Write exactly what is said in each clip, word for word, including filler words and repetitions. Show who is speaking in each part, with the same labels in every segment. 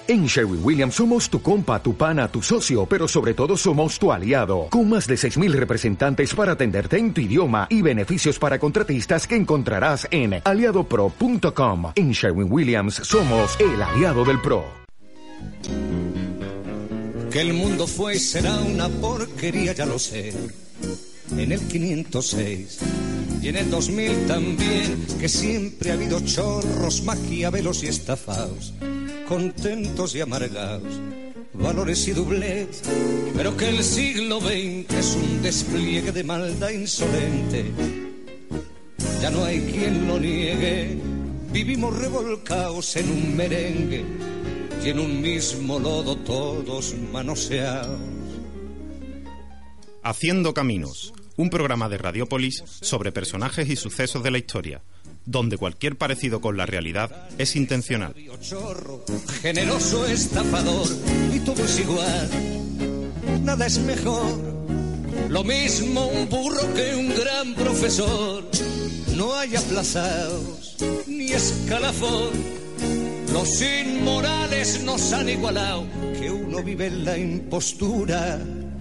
Speaker 1: En Sherwin-Williams somos tu compa, tu pana, tu socio, pero sobre todo somos tu aliado, con más de seis mil representantes para atenderte en tu idioma y beneficios para contratistas que encontrarás en aliado pro punto com. En Sherwin-Williams somos el aliado del pro.
Speaker 2: Que el mundo fue y será una porquería, ya lo sé, en el quinientos seis y en el dos mil también, que siempre ha habido chorros, maquiavelos y estafados, contentos y amargados, valores y doblez, pero que el siglo veinte es un despliegue de maldad insolente. Ya no hay quien lo niegue, vivimos revolcados en un merengue y en un mismo lodo todos manoseados.
Speaker 3: Haciendo Caminos, un programa de Radiópolis sobre personajes y sucesos de la historia, donde cualquier parecido con la realidad es intencional.
Speaker 2: Generoso estafador, y todo es igual, nada es mejor. Lo mismo un burro que un gran profesor. No hay aplazados ni escalafón. Los inmorales nos han igualado, que uno vive en la impostura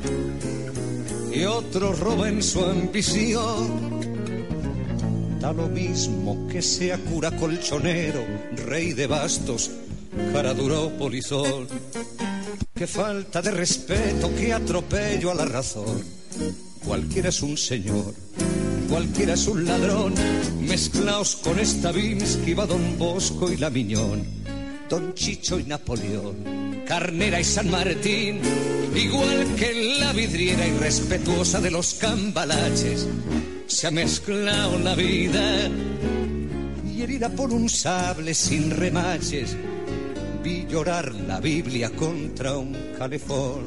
Speaker 2: y otro roba en su ambición. Da lo mismo que sea cura colchonero, rey de bastos, cara dura o polizón. Qué falta de respeto, qué atropello a la razón. Cualquiera es un señor, cualquiera es un ladrón. Mezclaos con Stravinsky, va Don Bosco y la Miñón, Don Chicho y Napoleón, Carnera y San Martín. Igual que la vidriera irrespetuosa de los cambalaches, se ha mezclado la vida y herida por un sable sin remaches, vi llorar la Biblia contra un calefón.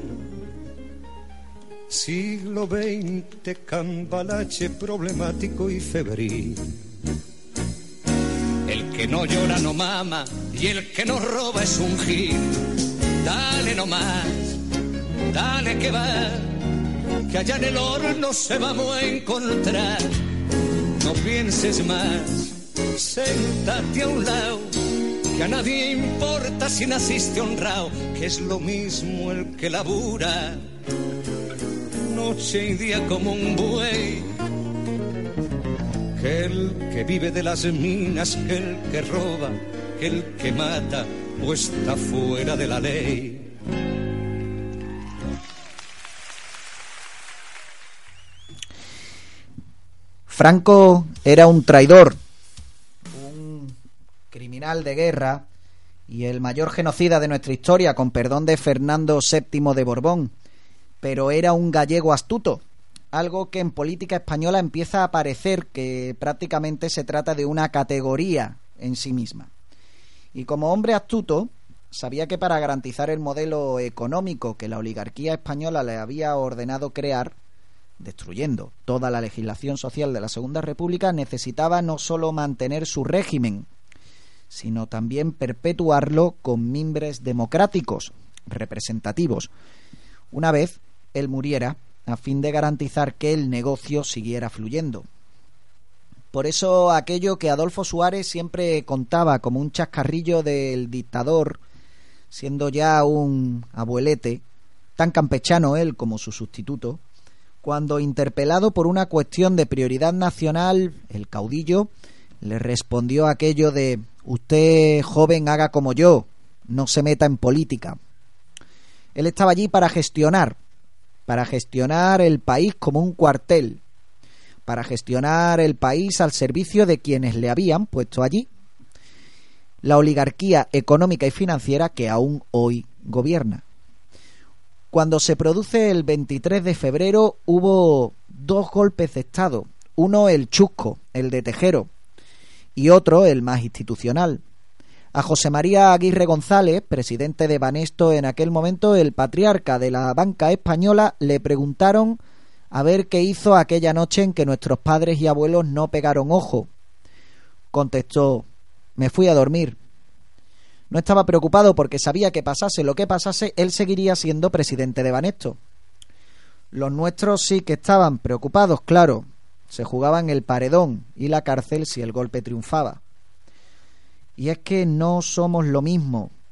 Speaker 2: Siglo veinte, cambalache problemático y febril. El que no llora no mama y el que no roba es un gil. Dale nomás, dale que va, que allá en el horno se vamos a encontrar. No pienses más, séntate a un lado, que a nadie importa si naciste honrado, que es lo mismo el que labura noche y día como un buey, que el que vive de las minas, que el que roba, que el que mata o está fuera de la ley.
Speaker 4: Franco era un traidor, un criminal de guerra y el mayor genocida de nuestra historia, con perdón de Fernando séptimo de Borbón, pero era un gallego astuto, algo que en política española empieza a parecer que prácticamente se trata de una categoría en sí misma. Y como hombre astuto, sabía que para garantizar el modelo económico que la oligarquía española le había ordenado crear, destruyendo toda la legislación social de la Segunda República, necesitaba no solo mantener su régimen, sino también perpetuarlo con mimbres democráticos, representativos, una vez él muriera, a fin de garantizar que el negocio siguiera fluyendo. Por eso aquello que Adolfo Suárez siempre contaba como un chascarrillo del dictador, siendo ya un abuelete, tan campechano él como su sustituto, cuando interpelado por una cuestión de prioridad nacional, el caudillo le respondió aquello de: usted, joven, haga como yo, no se meta en política. Él estaba allí para gestionar, para gestionar el país como un cuartel, para gestionar el país al servicio de quienes le habían puesto allí, la oligarquía económica y financiera que aún hoy gobierna. Cuando se produce el veintitrés de febrero hubo dos golpes de Estado, uno el chusco, el de Tejero, y otro el más institucional. A José María Aguirre González, presidente de Banesto en aquel momento, el patriarca de la banca española, le preguntaron a ver qué hizo aquella noche en que nuestros padres y abuelos no pegaron ojo. Contestó: me fui a dormir. No estaba preocupado porque sabía que pasase lo que pasase, él seguiría siendo presidente de Banesto. Los nuestros sí que estaban preocupados, claro. Se jugaban el paredón y la cárcel si el golpe triunfaba. Y es que no somos lo mismo.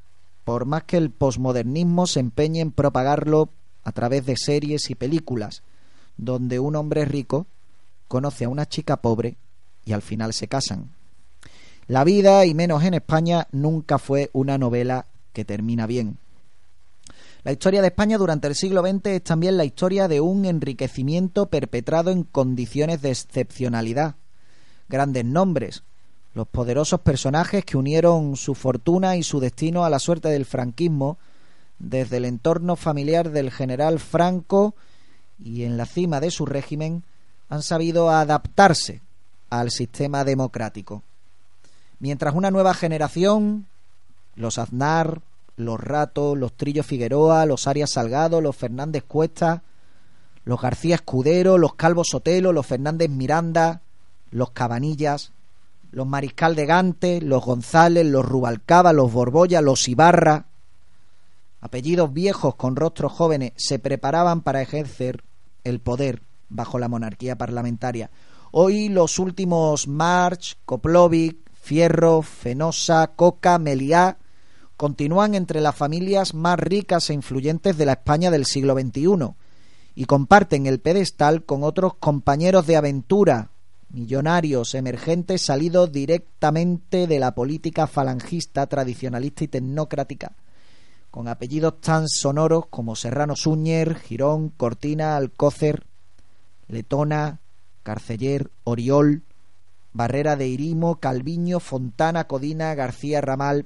Speaker 4: por más que el posmodernismo se empeñe en propagarlo a través de series y películas, donde un hombre rico conoce a una chica pobre y al final se casan. La vida, y menos en España, nunca fue una novela que termina bien. La historia de España durante el siglo veinte es también la historia de un enriquecimiento perpetrado en condiciones de excepcionalidad. Grandes nombres, los poderosos personajes que unieron su fortuna y su destino a la suerte del franquismo, desde el entorno familiar del general Franco y en la cima de su régimen, han sabido adaptarse al sistema democrático. Mientras una nueva generación, los Aznar, los Rato, los Trillo Figueroa, los Arias Salgado, los Fernández Cuesta, los García Escudero, los Calvo Sotelo, los Fernández Miranda, los Cabanillas, los Mariscal de Gante, los González, los Rubalcaba, los Borbolla, los Ibarra, apellidos viejos con rostros jóvenes, se preparaban para ejercer el poder bajo la monarquía parlamentaria. Hoy los últimos March, Koplovic, Fierro, Fenosa, Coca, Meliá continúan entre las familias más ricas e influyentes de la España del siglo veintiuno y comparten el pedestal con otros compañeros de aventura, millonarios emergentes salidos directamente de la política falangista, tradicionalista y tecnocrática, con apellidos tan sonoros como Serrano Súñer, Girón, Cortina, Alcócer, Letona, Carceller, Oriol, Barrera de Irimo, Calviño, Fontana, Codina, García Ramal.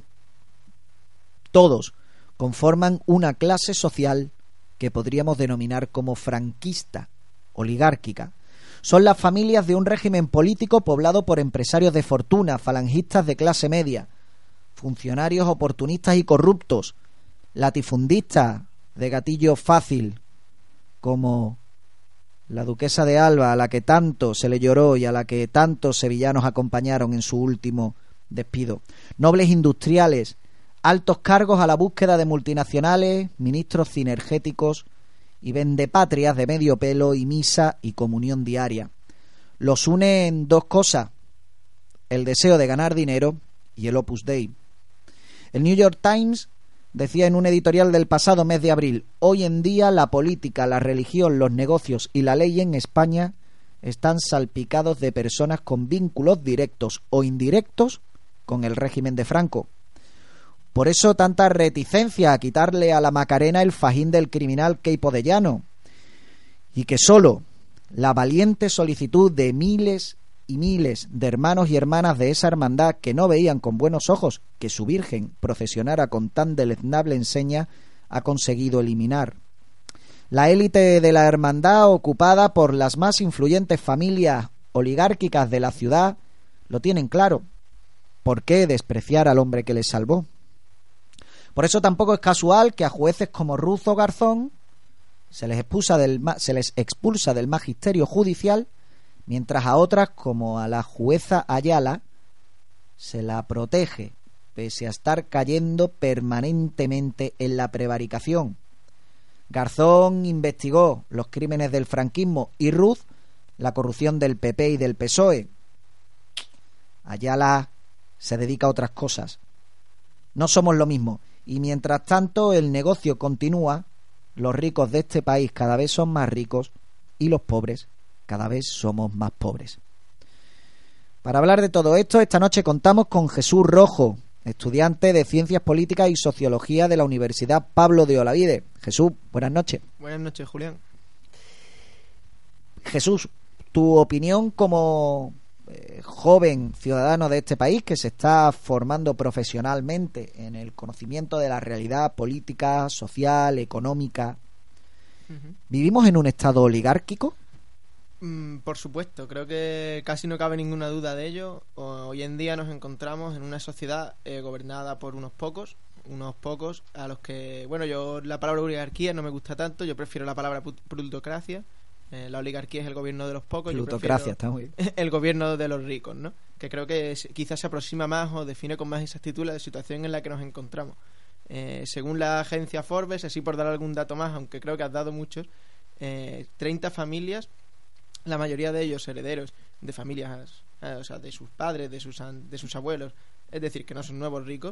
Speaker 4: Todos conforman una clase social que podríamos denominar como franquista, oligárquica. Son las familias de un régimen político poblado por empresarios de fortuna, falangistas de clase media, funcionarios oportunistas y corruptos, latifundistas de gatillo fácil, como la duquesa de Alba, a la que tanto se le lloró y a la que tantos sevillanos acompañaron en su último despido. Nobles industriales, altos cargos a la búsqueda de multinacionales, ministros cinergéticos y vendepatrias de medio pelo y misa y comunión diaria. Los unen dos cosas: el deseo de ganar dinero y el Opus Dei. El New York Times decía en un editorial del pasado mes de abril: hoy en día la política, la religión, los negocios y la ley en España están salpicados de personas con vínculos directos o indirectos con el régimen de Franco. Por eso tanta reticencia a quitarle a la Macarena el fajín del criminal Queipo de Llano, y que solo la valiente solicitud de miles y miles de hermanos y hermanas de esa hermandad, que no veían con buenos ojos que su Virgen procesionara con tan deleznable enseña, ha conseguido eliminar. La élite de la hermandad, ocupada por las más influyentes familias oligárquicas de la ciudad, lo tienen claro. ¿Por qué despreciar al hombre que les salvó? Por eso tampoco es casual que a jueces como Ruzo Garzón se les expulsa del, se les expulsa del magisterio judicial, mientras a otras, como a la jueza Ayala, se la protege, pese a estar cayendo permanentemente en la prevaricación. Garzón investigó los crímenes del franquismo y Ruz la corrupción del P P y del P S O E. Ayala se dedica a otras cosas. No somos lo mismo, y mientras tanto el negocio continúa. Los ricos de este país cada vez son más ricos y los pobres cada vez somos más pobres. Para hablar de todo esto, esta noche contamos con Jesús Rojo, estudiante de Ciencias Políticas y Sociología de la Universidad Pablo de Olavide. Jesús, buenas noches.
Speaker 5: Buenas noches, Julián.
Speaker 4: Jesús, tu opinión como eh, joven ciudadano de este país que se está formando profesionalmente en el conocimiento de la realidad política, social, económica. Uh-huh. ¿Vivimos en un estado oligárquico?
Speaker 5: Mm, por supuesto, creo que casi no cabe ninguna duda de ello. Hoy en día nos encontramos en una sociedad eh, gobernada por unos pocos, unos pocos a los que, bueno, yo la palabra oligarquía no me gusta tanto, yo prefiero la palabra plutocracia. Eh, la oligarquía es el gobierno de los pocos.
Speaker 4: Plutocracia, está muy bien.
Speaker 5: El gobierno de los ricos, ¿no? Que creo que es, quizás se aproxima más o define con más exactitud la situación en la que nos encontramos. Eh, según la agencia Forbes, así por dar algún dato más, aunque creo que has dado muchos, eh, treinta familias, la mayoría de ellos herederos de familias, eh, o sea, de sus padres, de sus, de sus abuelos, es decir, que no son nuevos ricos,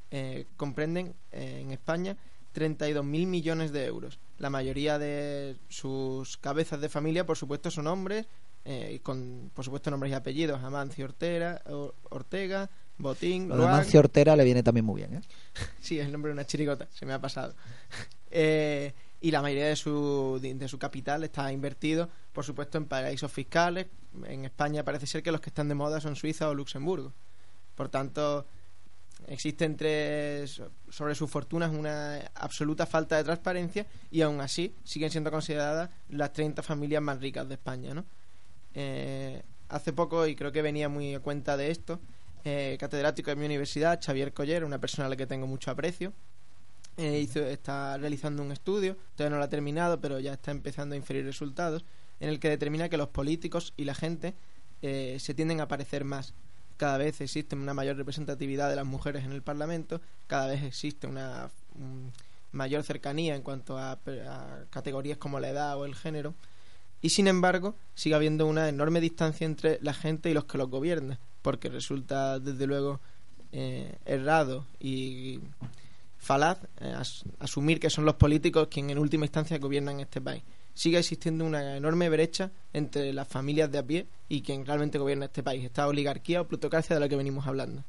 Speaker 5: eh, comprenden eh, en España treinta y dos mil millones de euros. La mayoría de sus cabezas de familia, por supuesto, son hombres, eh, con, por supuesto, nombres y apellidos: Amancio Ortega, Ortega Botín,
Speaker 4: Lo de Amancio Ortega le viene también muy bien, ¿eh?
Speaker 5: Sí, es el nombre de una chirigota, se me ha pasado. eh, y la mayoría de su, de, de su capital está invertido, por supuesto, en paraísos fiscales. En España parece ser que los que están de moda son Suiza o Luxemburgo. Por tanto, existe entre sobre sus fortunas una absoluta falta de transparencia, y aún así siguen siendo consideradas las treinta familias más ricas de España, ¿no? Eh, hace poco, y creo que venía muy a cuenta de esto, eh, catedrático de mi universidad, Xavier Coller, una persona a la que tengo mucho aprecio, eh, hizo, está realizando un estudio, todavía no lo ha terminado, pero ya está empezando a inferir resultados, en el que determina que los políticos y la gente eh, se tienden a parecer más. Cada vez existe una mayor representatividad de las mujeres en el Parlamento, cada vez existe una un mayor cercanía en cuanto a, a categorías como la edad o el género, y sin embargo sigue habiendo una enorme distancia entre la gente y los que los gobiernan, porque resulta desde luego eh, errado y falaz eh, as, asumir que son los políticos quienes en última instancia gobiernan este país. Sigue existiendo una enorme brecha entre las familias de a pie y quien realmente gobierna este país, esta oligarquía o plutocracia de la que venimos hablando.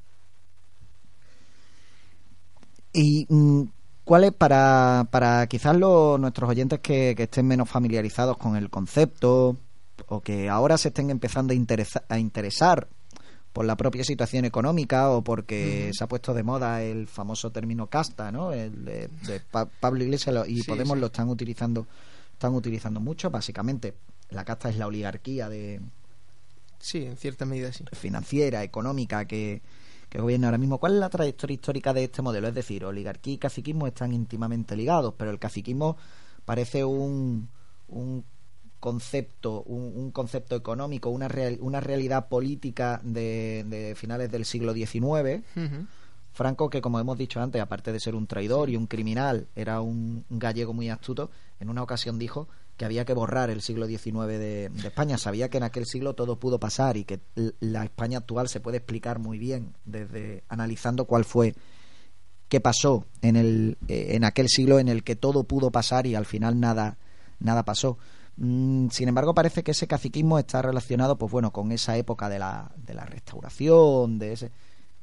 Speaker 4: Y mm, ¿cuál es para, para quizás los, nuestros oyentes que, que estén menos familiarizados con el concepto, o que ahora se estén empezando a, interesa, a interesar por la propia situación económica, o porque uh-huh. se ha puesto de moda el famoso término casta, ¿no? El de, de pa- Pablo Iglesias y sí, Podemos sí. lo están utilizando están utilizando mucho. Básicamente la casta es la oligarquía de
Speaker 5: sí, en cierta medida sí,
Speaker 4: financiera, económica que, que gobierna ahora mismo. ¿Cuál es la trayectoria histórica de este modelo? Es decir, oligarquía y caciquismo están íntimamente ligados, pero el caciquismo parece un un concepto un, un concepto económico, una real, una realidad política de, de finales del siglo diecinueve. Uh-huh. Franco, que como hemos dicho antes, aparte de ser un traidor y un criminal, era un, un gallego muy astuto, en una ocasión dijo que había que borrar el siglo diecinueve de, de España. Sabía que en aquel siglo todo pudo pasar y que la España actual se puede explicar muy bien desde analizando cuál fue, qué pasó en el eh, en aquel siglo en el que todo pudo pasar y al final nada nada pasó. Mm, sin embargo, parece que ese caciquismo está relacionado, pues bueno, con esa época de la de la Restauración, de ese.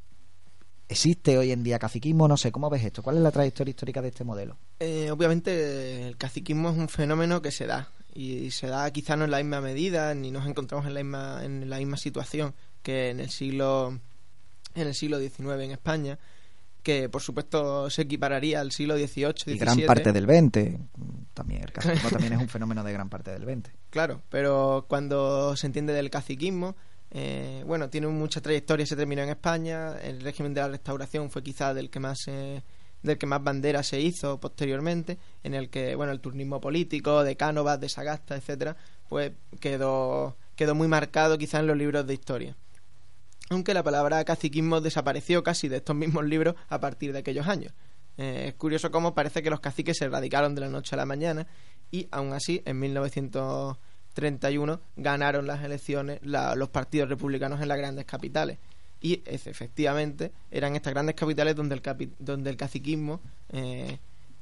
Speaker 4: ¿Existe hoy en día caciquismo? No sé, ¿cómo ves esto? ¿Cuál es la trayectoria histórica de este modelo?
Speaker 5: Eh, obviamente el caciquismo es un fenómeno que se da, y se da quizá no en la misma medida, ni nos encontramos en la misma, en la misma situación que en el siglo en el siglo diecinueve en España, que por supuesto se equipararía al siglo dieciocho, diecisiete.
Speaker 4: Y gran parte del veinte también. El caciquismo también es un fenómeno de gran parte del veinte.
Speaker 5: Claro, pero cuando se entiende del caciquismo, Eh, bueno, tiene mucha trayectoria, se terminó en España. El régimen de la Restauración fue quizá del que más eh, del que más bandera se hizo posteriormente, en el que bueno el turnismo político de Cánovas, de Sagasta, etcétera, pues quedó quedó muy marcado quizá en los libros de historia. Aunque la palabra caciquismo desapareció casi de estos mismos libros a partir de aquellos años. Eh, es curioso cómo parece que los caciques se erradicaron de la noche a la mañana, y aún así en mil novecientos treinta y uno ganaron las elecciones la, los partidos republicanos en las grandes capitales, y es, efectivamente eran estas grandes capitales donde el, capi, donde el caciquismo eh,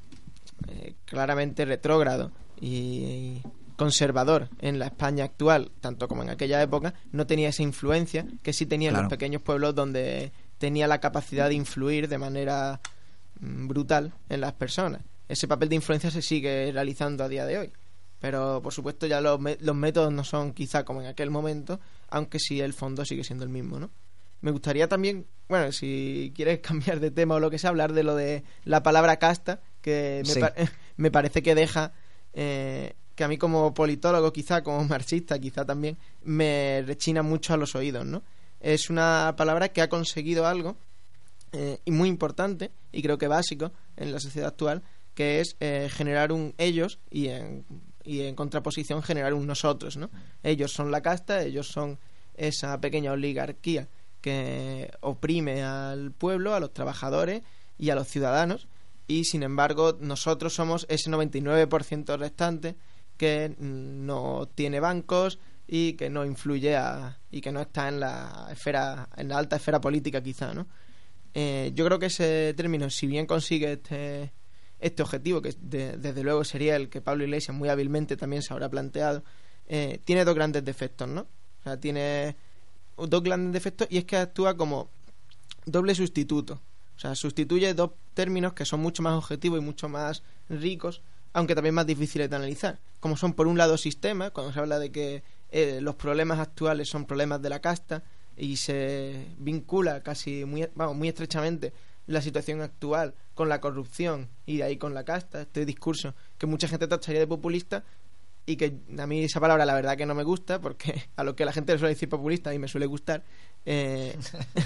Speaker 5: eh, claramente retrógrado y conservador en la España actual, tanto como en aquella época, no tenía esa influencia que sí tenía claro. en los pequeños pueblos, donde tenía la capacidad de influir de manera mm, brutal en las personas. Ese papel de influencia se sigue realizando a día de hoy, pero por supuesto ya los, los métodos no son quizá como en aquel momento, aunque sí el fondo sigue siendo el mismo, ¿no? Me gustaría también, bueno, si quieres cambiar de tema o lo que sea, hablar de lo de la palabra casta, que me, sí. pa- me parece que deja eh, que a mí como politólogo, quizá como marxista, quizá también me rechina mucho a los oídos, ¿no? Es una palabra que ha conseguido algo eh, y muy importante, y creo que básico en la sociedad actual, que es eh, generar un ellos y en, y en contraposición generar un nosotros, ¿no? Ellos son la casta, ellos son esa pequeña oligarquía que oprime al pueblo, a los trabajadores y a los ciudadanos, y sin embargo nosotros somos ese noventa y nueve por ciento restante que no tiene bancos y que no influye a, y que no está en la esfera, en la alta esfera política quizá, ¿no? Eh, yo creo que ese término, si bien consigue este, este objetivo, que de, desde luego sería el que Pablo Iglesias muy hábilmente también se habrá planteado, eh, tiene dos grandes defectos, ¿no? O sea, tiene dos grandes defectos, y es que actúa como doble sustituto. O sea, sustituye dos términos que son mucho más objetivos y mucho más ricos, aunque también más difíciles de analizar, como son por un lado sistema, cuando se habla de que eh, los problemas actuales son problemas de la casta, y se vincula casi muy, vamos, muy estrechamente la situación actual con la corrupción y de ahí con la casta, este discurso que mucha gente tacharía de populista, y que a mí esa palabra la verdad que no me gusta, porque a lo que la gente le suele decir populista a mí me suele gustar. eh,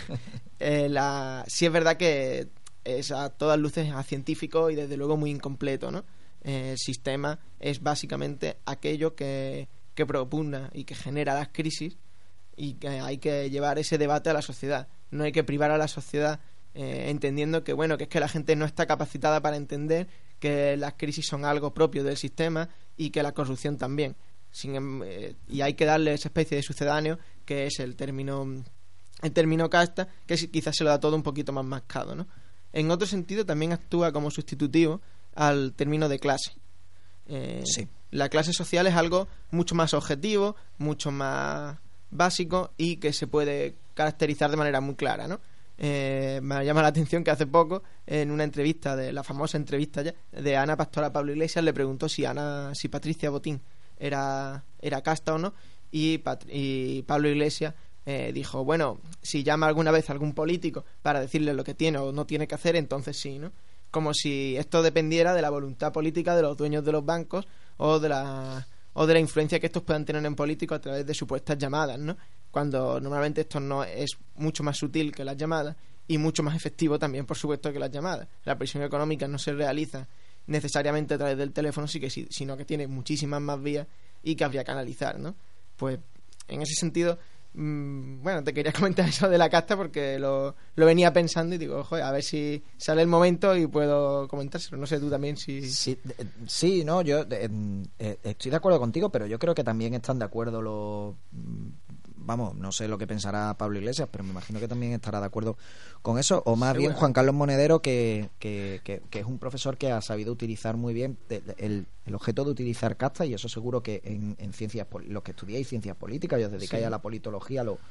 Speaker 5: eh, la, sí es verdad que es a todas luces a científico y desde luego muy incompleto, ¿no? Eh, el sistema es básicamente aquello que, que propugna y que genera las crisis, y que hay que llevar ese debate a la sociedad. No hay que privar a la sociedad eh, entendiendo que bueno que es que la gente no está capacitada para entender que las crisis son algo propio del sistema y que la corrupción también. Sin, eh, y hay que darle esa especie de sucedáneo que es el término el término casta, que quizás se lo da todo un poquito más mascado, ¿no? En otro sentido también actúa como sustitutivo al término de clase. Eh,
Speaker 4: sí.
Speaker 5: La clase social es algo mucho más objetivo, mucho más básico y que se puede caracterizar de manera muy clara, ¿no? Eh, me llama la atención que hace poco, en una entrevista, de la famosa entrevista ya, de Ana Pastor a Pablo Iglesias, le preguntó si Ana, si Patricia Botín era, era casta o no, y, Pat, y Pablo Iglesias eh, dijo, bueno, si llama alguna vez a algún político para decirle lo que tiene o no tiene que hacer, entonces sí, ¿no? Como si esto dependiera de la voluntad política de los dueños de los bancos o de la o de la influencia que estos puedan tener en políticos a través de supuestas llamadas, ¿no? Cuando normalmente esto no es mucho más sutil que las llamadas y mucho más efectivo también, por supuesto, que las llamadas. La presión económica no se realiza necesariamente a través del teléfono, sí que sí, sino que tiene muchísimas más vías y que habría que analizar, ¿no? Pues en ese sentido, mmm, bueno, te quería comentar eso de la casta porque lo, lo venía pensando y digo, joder, a ver si sale el momento y puedo comentárselo. No sé tú también si...
Speaker 4: Sí, sí no, yo eh, eh, estoy de acuerdo contigo, pero yo creo que también están de acuerdo los... Vamos, no sé lo que pensará Pablo Iglesias, pero me imagino que también estará de acuerdo con eso, o más sí, bien bueno. Juan Carlos Monedero, que, que, que, que es un profesor que ha sabido utilizar muy bien el, el objeto de utilizar casta, y eso seguro que en, en ciencias, los que estudiáis ciencias políticas y os dedicáis sí. a la politología lo,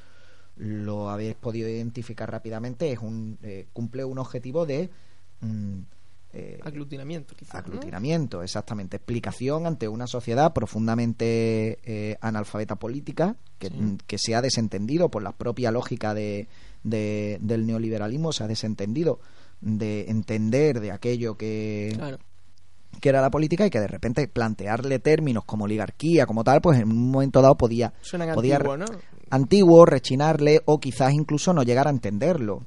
Speaker 4: lo habéis podido identificar rápidamente. Es un eh, cumple un objetivo de mm,
Speaker 5: eh, aglutinamiento, quizás,
Speaker 4: aglutinamiento, ¿no? Exactamente, explicación ante una sociedad profundamente eh, analfabeta política, que, sí. que se ha desentendido por la propia lógica de, de, del neoliberalismo, se ha desentendido de entender de aquello que,
Speaker 5: claro.
Speaker 4: que era la política, y que de repente plantearle términos como oligarquía, como tal, pues en un momento dado podía,
Speaker 5: Suenan
Speaker 4: podía
Speaker 5: antiguo, ¿no?
Speaker 4: antiguo, rechinarle, o quizás incluso no llegar a entenderlo.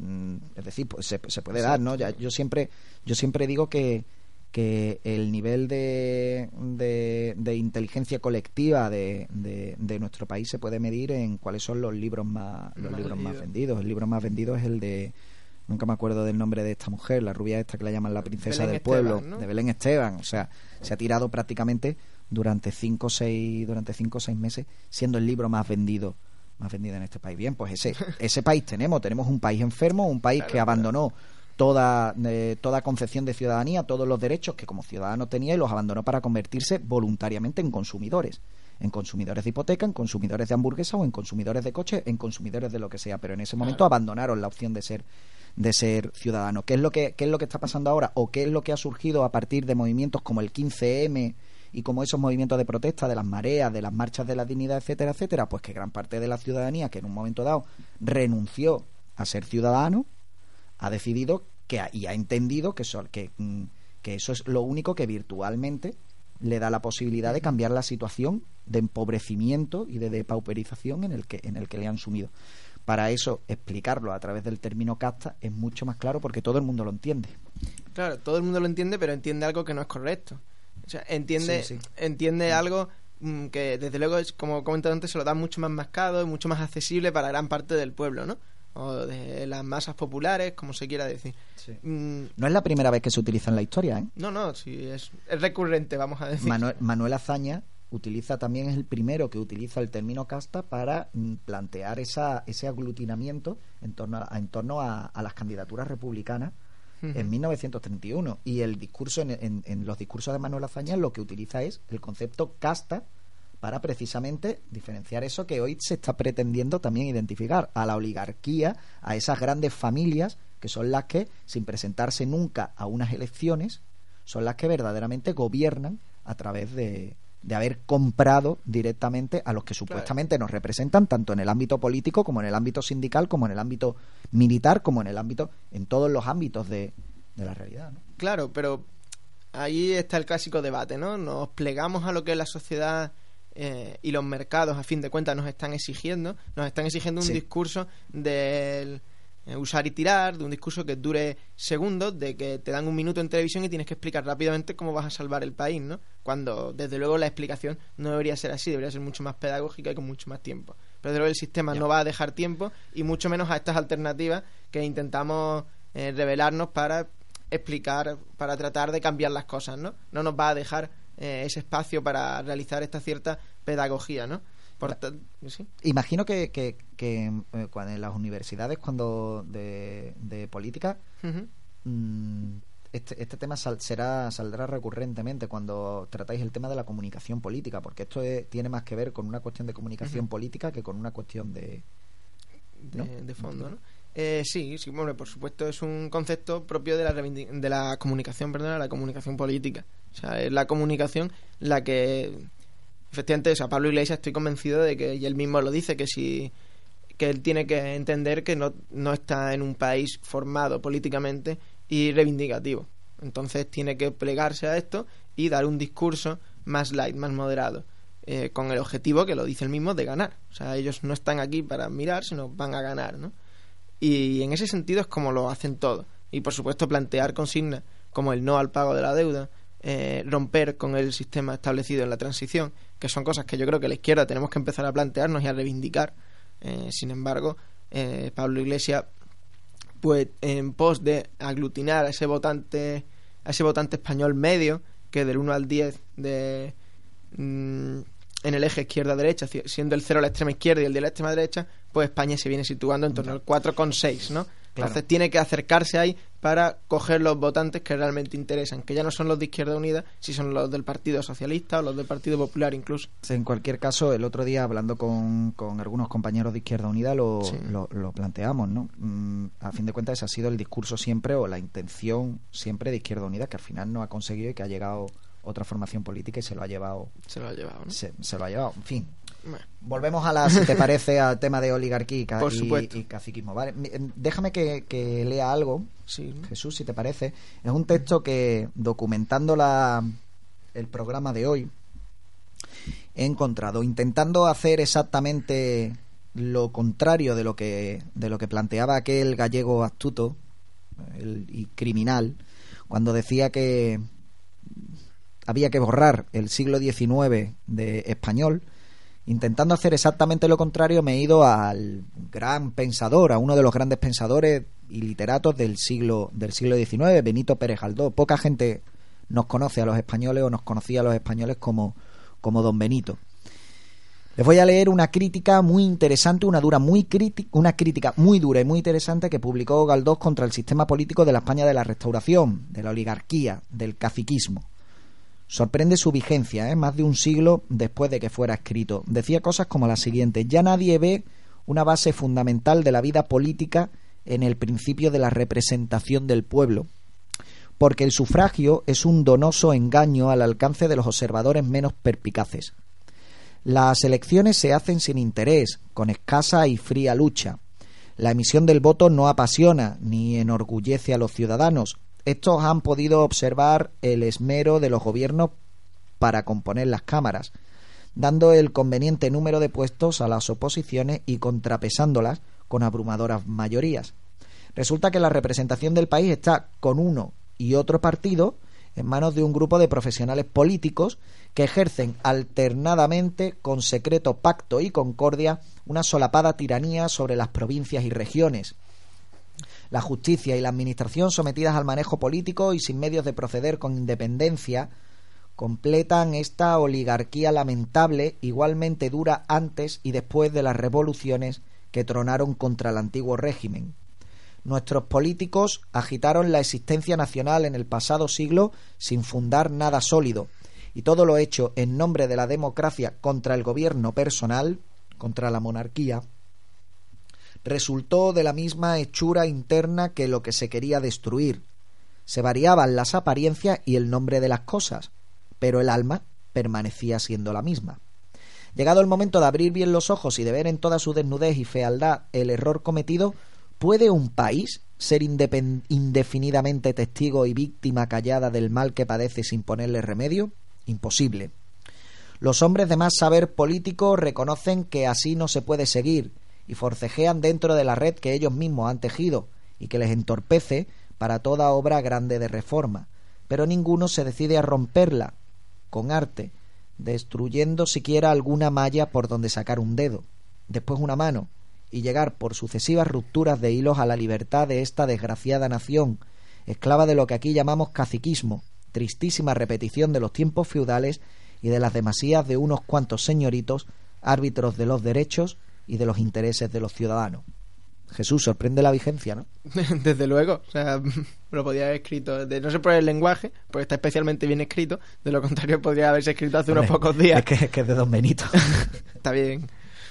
Speaker 4: Es decir, pues se, se puede Exacto. dar, ¿no? Ya, yo siempre yo siempre digo que que el nivel de, de, de inteligencia colectiva de, de, de nuestro país se puede medir en cuáles son los libros más los
Speaker 5: más
Speaker 4: libros
Speaker 5: vendido.
Speaker 4: más vendidos. El libro más vendido es el de, nunca me acuerdo del nombre de esta mujer, la rubia esta que la llaman la princesa
Speaker 5: Belén
Speaker 4: del
Speaker 5: Esteban,
Speaker 4: pueblo,
Speaker 5: ¿no?
Speaker 4: de Belén Esteban. O sea, se ha tirado prácticamente durante cinco o seis durante cinco o seis meses siendo el libro más vendido más vendido en este país. Bien, pues ese ese país tenemos tenemos un país enfermo, un país
Speaker 5: claro,
Speaker 4: que abandonó toda eh, toda concepción de ciudadanía, todos los derechos que como ciudadano tenía, y los abandonó para convertirse voluntariamente en consumidores, en consumidores de hipoteca, en consumidores de hamburguesas o en consumidores de coches, en consumidores de lo que sea, pero en ese momento
Speaker 5: claro.
Speaker 4: abandonaron la opción de ser de ser ciudadano. ¿Qué es lo que qué es lo que está pasando ahora, o qué es lo que ha surgido a partir de movimientos como el quince eme y como esos movimientos de protesta, de las mareas, de las marchas de la dignidad, etcétera, etcétera? Pues que gran parte de la ciudadanía, que en un momento dado renunció a ser ciudadano, ha decidido que y ha entendido que eso, que, que eso es lo único que virtualmente le da la posibilidad de cambiar la situación de empobrecimiento y de depauperización en el que en el que le han sumido. Para eso, explicarlo a través del término casta es mucho más claro, porque todo el mundo lo entiende.
Speaker 5: Claro, todo el mundo lo entiende, pero entiende algo que no es correcto. O sea, entiende,
Speaker 4: sí, sí.
Speaker 5: entiende sí. algo mmm, que desde luego, es, como he comentado antes, se lo da mucho más mascado y mucho más accesible para gran parte del pueblo, ¿no? O de las masas populares, como se quiera decir.
Speaker 4: Sí.
Speaker 5: Mm,
Speaker 4: no es la primera vez que se utiliza en la historia, ¿eh?
Speaker 5: No, no, sí, es, es recurrente, vamos a decir.
Speaker 4: Manuel, Manuel Azaña utiliza también es el primero que utiliza el término casta para mm, plantear esa, ese aglutinamiento en torno a, en torno a, a las candidaturas republicanas uh-huh. en mil novecientos treinta y uno. Y el discurso en, en, en los discursos de Manuel Azaña lo que utiliza es el concepto casta para precisamente diferenciar eso que hoy se está pretendiendo también identificar, a la oligarquía, a esas grandes familias que son las que, sin presentarse nunca a unas elecciones, son las que verdaderamente gobiernan a través de, de haber comprado directamente a los que supuestamente nos representan, tanto en el ámbito político como en el ámbito sindical, como en el ámbito militar, como en el ámbito, en todos los ámbitos de, de la realidad, ¿no?
Speaker 5: Claro, pero ahí está el clásico debate, ¿no? Nos plegamos a lo que la sociedad eh, y los mercados, a fin de cuentas, nos están exigiendo. Nos están exigiendo un sí. discurso del eh, usar y tirar, de un discurso que dure segundos, de que te dan un minuto en televisión y tienes que explicar rápidamente cómo vas a salvar el país, ¿no? Cuando, desde luego, la explicación no debería ser así, debería ser mucho más pedagógica y con mucho más tiempo. Pero desde luego el sistema ya. no va a dejar tiempo, y mucho menos a estas alternativas que intentamos eh, revelarnos para explicar, para tratar de cambiar las cosas, ¿no? No nos va a dejar eh, ese espacio para realizar esta cierta pedagogía, ¿no? Por ta- ¿sí?
Speaker 4: Imagino que, que, que eh, cuando en las universidades cuando de, de política uh-huh. mmm, este, este tema sal, será saldrá recurrentemente cuando tratáis el tema de la comunicación política, porque esto es, tiene más que ver con una cuestión de comunicación uh-huh. política que con una cuestión de
Speaker 5: ¿no? de, de fondo, ¿no? Eh, sí, sí, bueno, por supuesto es un concepto propio de la reivindic- de la comunicación, perdón, la comunicación política. O sea, es la comunicación la que, efectivamente, o sea, Pablo Iglesias, estoy convencido de que, y él mismo lo dice, que si que él tiene que entender que no, no está en un país formado políticamente y reivindicativo. Entonces tiene que plegarse a esto y dar un discurso más light, más moderado, eh, con el objetivo, que lo dice él mismo, de ganar. O sea, ellos no están aquí para mirar, sino van a ganar, ¿no? Y en ese sentido es como lo hacen todos. Y por supuesto plantear consignas como el no al pago de la deuda, eh, romper con el sistema establecido en la transición, que son cosas que yo creo que la izquierda tenemos que empezar a plantearnos y a reivindicar. Eh, sin embargo, eh, Pablo Iglesias, pues en pos de aglutinar a ese votante, a ese votante español medio, que del uno al diez de mmm, en el eje izquierda-derecha, siendo el cero la extrema izquierda y el diez la extrema derecha, pues España se viene situando en torno al cuatro coma seis, ¿no? Claro. Entonces tiene que acercarse ahí para coger los votantes que realmente interesan, que ya no son los de Izquierda Unida, si son los del Partido Socialista o los del Partido Popular incluso.
Speaker 4: En cualquier caso, el otro día hablando con, con algunos compañeros de Izquierda Unida lo, sí. lo, lo planteamos, ¿no? Mm, a fin de cuentas ese ha sido el discurso siempre, o la intención siempre de Izquierda Unida, que al final no ha conseguido y que ha llegado otra formación política y se lo ha llevado.
Speaker 5: Se lo ha llevado, ¿no?
Speaker 4: Se, se lo ha llevado, en fin. Bueno. Volvemos a la, si te parece, al tema de oligarquía y,
Speaker 5: Por supuesto.
Speaker 4: y, y caciquismo. Vale, déjame que, que lea algo,
Speaker 5: sí.
Speaker 4: Jesús, si te parece. Es un texto que, documentando la, el programa de hoy, he encontrado, intentando hacer exactamente lo contrario de lo que, de lo que planteaba aquel gallego astuto el, y criminal, cuando decía que había que borrar el siglo diecinueve de español. Intentando hacer exactamente lo contrario, me he ido al gran pensador, a uno de los grandes pensadores y literatos del siglo del siglo diecinueve, Benito Pérez Galdós. Poca gente nos conoce a los españoles o nos conocía a los españoles como, como Don Benito. Les voy a leer una crítica muy interesante, una dura muy crítica, una crítica muy dura y muy interesante que publicó Galdós contra el sistema político de la España de la Restauración, de la oligarquía, del caciquismo. Sorprende su vigencia, ¿eh? Más de un siglo después de que fuera escrito. Decía cosas como las siguientes: ya nadie ve una base fundamental de la vida política en el principio de la representación del pueblo, porque el sufragio es un donoso engaño al alcance de los observadores menos perspicaces. Las elecciones se hacen sin interés, con escasa y fría lucha. La emisión del voto no apasiona ni enorgullece a los ciudadanos. Estos han podido observar el esmero de los gobiernos para componer las cámaras, dando el conveniente número de puestos a las oposiciones y contrapesándolas con abrumadoras mayorías. Resulta que la representación del país está con uno y otro partido en manos de un grupo de profesionales políticos que ejercen alternadamente, con secreto pacto y concordia, una solapada tiranía sobre las provincias y regiones. La justicia y la administración, sometidas al manejo político y sin medios de proceder con independencia, completan esta oligarquía lamentable, igualmente dura antes y después de las revoluciones que tronaron contra el antiguo régimen. Nuestros políticos agitaron la existencia nacional en el pasado siglo sin fundar nada sólido, y todo lo hecho en nombre de la democracia contra el gobierno personal, contra la monarquía, resultó de la misma hechura interna que lo que se quería destruir. Se variaban las apariencias y el nombre de las cosas, pero el alma permanecía siendo la misma. Llegado el momento de abrir bien los ojos y de ver en toda su desnudez y fealdad el error cometido, ¿puede un país ser independ- indefinidamente testigo y víctima callada del mal que padece sin ponerle remedio? Imposible. Los hombres de más saber político reconocen que así no se puede seguir y forcejean dentro de la red que ellos mismos han tejido y que les entorpece para toda obra grande de reforma, pero ninguno se decide a romperla con arte, destruyendo siquiera alguna malla por donde sacar un dedo, después una mano, y llegar por sucesivas rupturas de hilos a la libertad de esta desgraciada nación, esclava de lo que aquí llamamos caciquismo, tristísima repetición de los tiempos feudales y de las demasías de unos cuantos señoritos, árbitros de los derechos y de los intereses de los ciudadanos. Jesús, sorprende la vigencia, ¿no?
Speaker 5: Desde luego, o sea, lo podía haber escrito, de, no sé por el lenguaje, porque está especialmente bien escrito, de lo contrario podría haberse escrito hace unos pocos días.
Speaker 4: Es que es, que es de Don Benito.
Speaker 5: Está bien.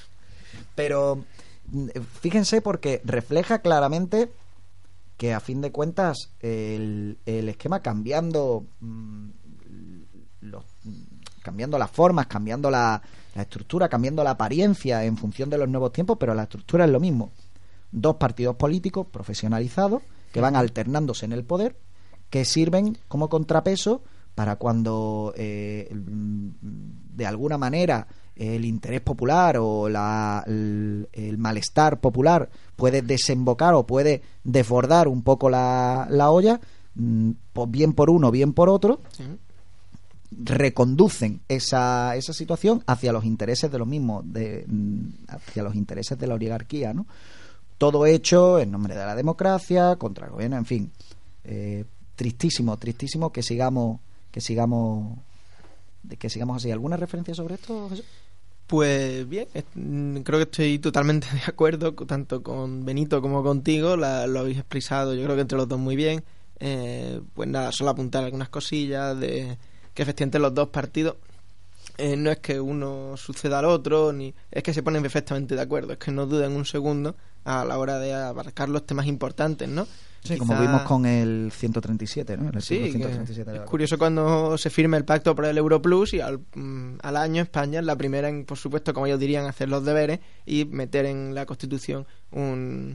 Speaker 4: Pero fíjense, porque refleja claramente que a fin de cuentas el, el esquema cambiando mmm, los, cambiando las formas, cambiando la, la estructura, cambiando la apariencia en función de los nuevos tiempos, pero la estructura es lo mismo. Dos partidos políticos profesionalizados que van alternándose en el poder, que sirven como contrapeso para cuando eh, de alguna manera el interés popular o la, el, el malestar popular puede desembocar o puede desbordar un poco la, la olla, pues bien por uno, bien por otro, sí. reconducen esa, esa situación hacia los intereses de los mismos, de, hacia los intereses de la oligarquía, ¿no? Todo hecho en nombre de la democracia, contra el gobierno, en fin. Eh, tristísimo, tristísimo que sigamos, que sigamos, que sigamos así. ¿Alguna referencia sobre esto, Jesús?
Speaker 5: Pues bien, creo que estoy totalmente de acuerdo, tanto con Benito como contigo, la, lo habéis expresado, yo creo que entre los dos muy bien. Eh, pues nada, solo apuntar algunas cosillas de que efectivamente los dos partidos eh, no es que uno suceda al otro, ni es que se ponen perfectamente de acuerdo, es que no dudan un segundo a la hora de abarcar los temas importantes, ¿no?
Speaker 4: Sí,
Speaker 5: Quizá...
Speaker 4: como vimos con el ciento treinta y siete, ¿no? El
Speaker 5: sí,
Speaker 4: ciento treinta y siete
Speaker 5: es curioso cuando se firma el pacto por el Europlus y al, mm, al año España es la primera en, por supuesto, como ellos dirían, hacer los deberes y meter en la Constitución un,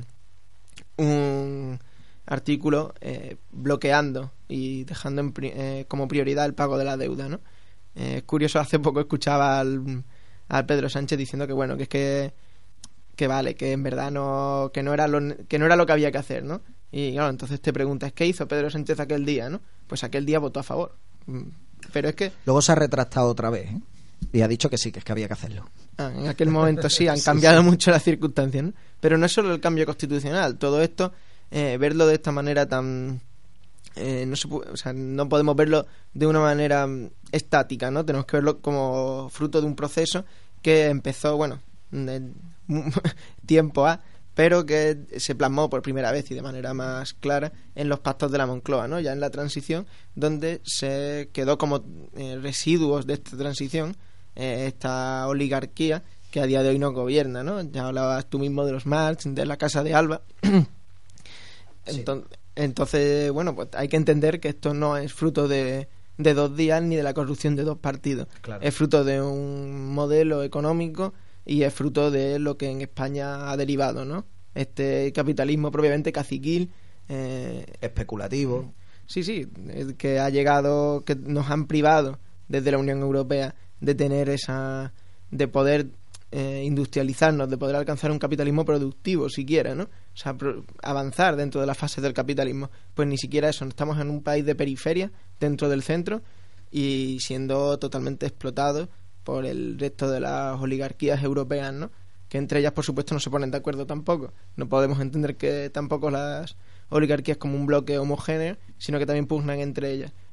Speaker 5: un artículo eh, bloqueando y dejando en, eh, como prioridad el pago de la deuda, ¿no? Eh, es curioso, hace poco escuchaba al, al Pedro Sánchez diciendo que bueno, que es que que vale, que en verdad no que no era lo que no era lo que había que hacer, ¿no? Y claro, entonces te preguntas, ¿qué hizo Pedro Sánchez aquel día, no? Pues aquel día votó a favor. Pero es que
Speaker 4: luego se ha retractado otra vez, ¿eh? Y ha dicho que sí, que es que había que hacerlo.
Speaker 5: Ah, en aquel momento sí, han cambiado sí, sí. mucho las circunstancias, ¿no? Pero no es solo el cambio constitucional, todo esto, eh, verlo de esta manera tan... Eh, no se puede, o sea, no podemos verlo de una manera estática, ¿no? Tenemos que verlo como fruto de un proceso que empezó, bueno, en tiempo A, pero que se plasmó por primera vez y de manera más clara en los pactos de la Moncloa, ¿no? Ya en la transición, donde se quedó como eh, residuos de esta transición eh, esta oligarquía que a día de hoy nos gobierna, ¿no? Ya hablabas tú mismo de los Marx, de la Casa de Alba. Entonces, sí. entonces, bueno, pues hay que entender que esto no es fruto de, de dos días ni de la corrupción de dos partidos. Claro. Es fruto de un modelo económico y es fruto de lo que en España ha derivado, ¿no? Este capitalismo propiamente caciquil, eh,
Speaker 4: especulativo.
Speaker 5: Sí, sí, que ha llegado, que nos han privado desde la Unión Europea de tener esa, de poder eh, industrializarnos, de poder alcanzar un capitalismo productivo siquiera, ¿no? O sea, pro, avanzar dentro de las fases del capitalismo. Pues ni siquiera eso, estamos en un país de periferia, dentro del centro, y siendo totalmente explotados por el resto de las oligarquías europeas, ¿no? Que entre ellas, por supuesto, no se ponen de acuerdo tampoco. No podemos entender que tampoco las oligarquías como un bloque homogéneo, sino que también pugnan entre ellas.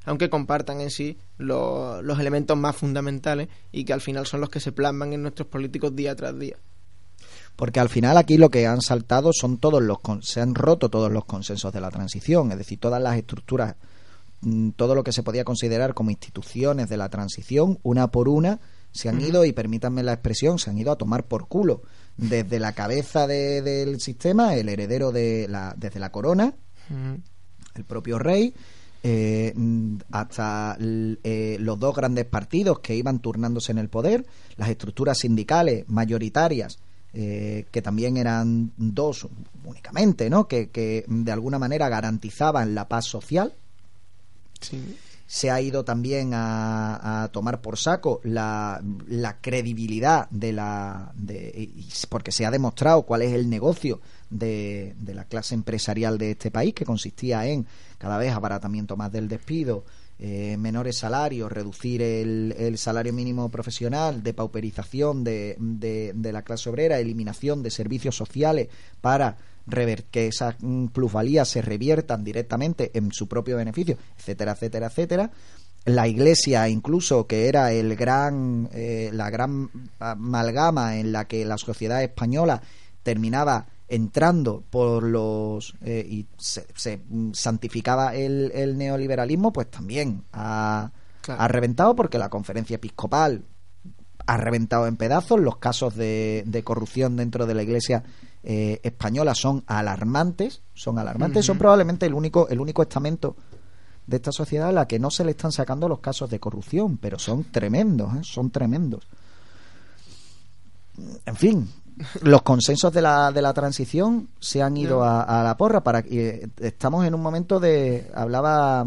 Speaker 5: aunque compartan en sí lo, los elementos más fundamentales y que al final son los que se plasman en nuestros políticos día tras día.
Speaker 4: Porque al final aquí lo que han saltado son todos los se han roto todos los consensos de la transición, es decir, todas las estructuras, todo lo que se podía considerar como instituciones de la transición, una por una se han ido, y permítanme la expresión, se han ido a tomar por culo. Desde la cabeza de, del sistema, el heredero de la, desde la corona, uh-huh. el propio rey, eh, hasta eh, los dos grandes partidos que iban turnándose en el poder, las estructuras sindicales mayoritarias, Eh, que también eran dos únicamente, ¿no? Que, que de alguna manera garantizaban la paz social.
Speaker 5: Sí.
Speaker 4: Se ha ido también a, a tomar por saco la, la credibilidad de la de, porque se ha demostrado cuál es el negocio de, de la clase empresarial de este país, que consistía en cada vez abaratamiento más del despido, Eh, menores salarios, reducir el, el salario mínimo profesional, depauperización de, de, de la clase obrera, eliminación de servicios sociales para rever, que esas mm, plusvalías se reviertan directamente en su propio beneficio, etcétera, etcétera, etcétera. La Iglesia, incluso, que era el gran eh, la gran amalgama en la que la sociedad española terminaba entrando por los eh, y se, se santificaba el, el neoliberalismo, pues también ha, claro. ha reventado, porque la conferencia episcopal ha reventado en pedazos. Los casos de, de corrupción dentro de la Iglesia eh, española son alarmantes, son alarmantes, uh-huh. son probablemente el único el único estamento de esta sociedad a la que no se le están sacando los casos de corrupción, pero son tremendos, ¿eh? son tremendos. En fin, los consensos de la de la transición se han ido no. a, a la porra. Para eh, estamos en un momento de hablaba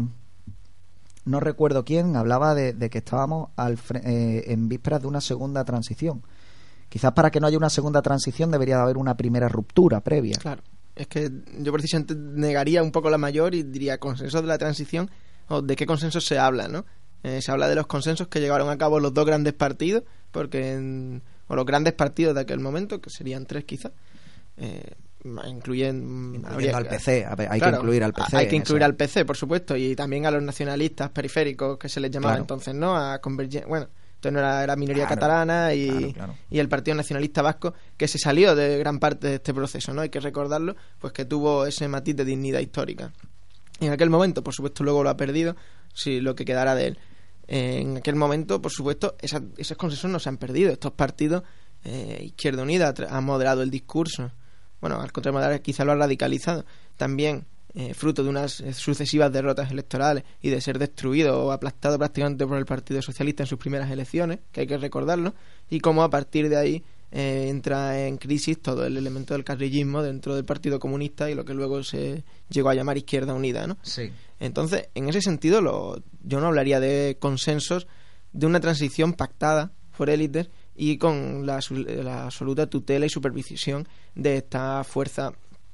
Speaker 4: no recuerdo quién hablaba de, de que estábamos al, eh, en vísperas de una segunda transición. Quizás para que no haya una segunda transición debería haber una primera ruptura previa.
Speaker 5: Claro, es que yo precisamente negaría un poco la mayor y diría consensos de la transición, o de qué consensos se habla, ¿no? Eh, se habla de los consensos que llevaron a cabo los dos grandes partidos, porque en o los grandes partidos de aquel momento, que serían tres quizás, eh, incluyen,
Speaker 4: incluyendo habría, al P C, hay
Speaker 5: claro,
Speaker 4: que incluir al P C.
Speaker 5: Hay que incluir al P C, por supuesto, y también a los nacionalistas periféricos, que se les llamaba claro. entonces, ¿no? A Convergen... Bueno, entonces no era, era minoría claro, catalana y, claro, claro. y el Partido Nacionalista Vasco, que se salió de gran parte de este proceso, ¿no? Hay que recordarlo, pues que tuvo ese matiz de dignidad histórica. Y en aquel momento, por supuesto, luego lo ha perdido, si lo que quedara de él. En aquel momento, por supuesto, esas, esos consensos no se han perdido. Estos partidos, eh, Izquierda Unida ha moderado el discurso, bueno, al contrario, quizá lo ha radicalizado. También, eh, fruto de unas sucesivas derrotas electorales y de ser destruido o aplastado prácticamente por el Partido Socialista en sus primeras elecciones, que hay que recordarlo, y cómo a partir de ahí eh, entra en crisis todo el elemento del carrillismo dentro del Partido Comunista y lo que luego se llegó a llamar Izquierda Unida, ¿no?
Speaker 4: Sí.
Speaker 5: Entonces, en ese sentido, lo, yo no hablaría de consensos, de una transición pactada por élites y con la, la absoluta tutela y supervisión de esta fuerza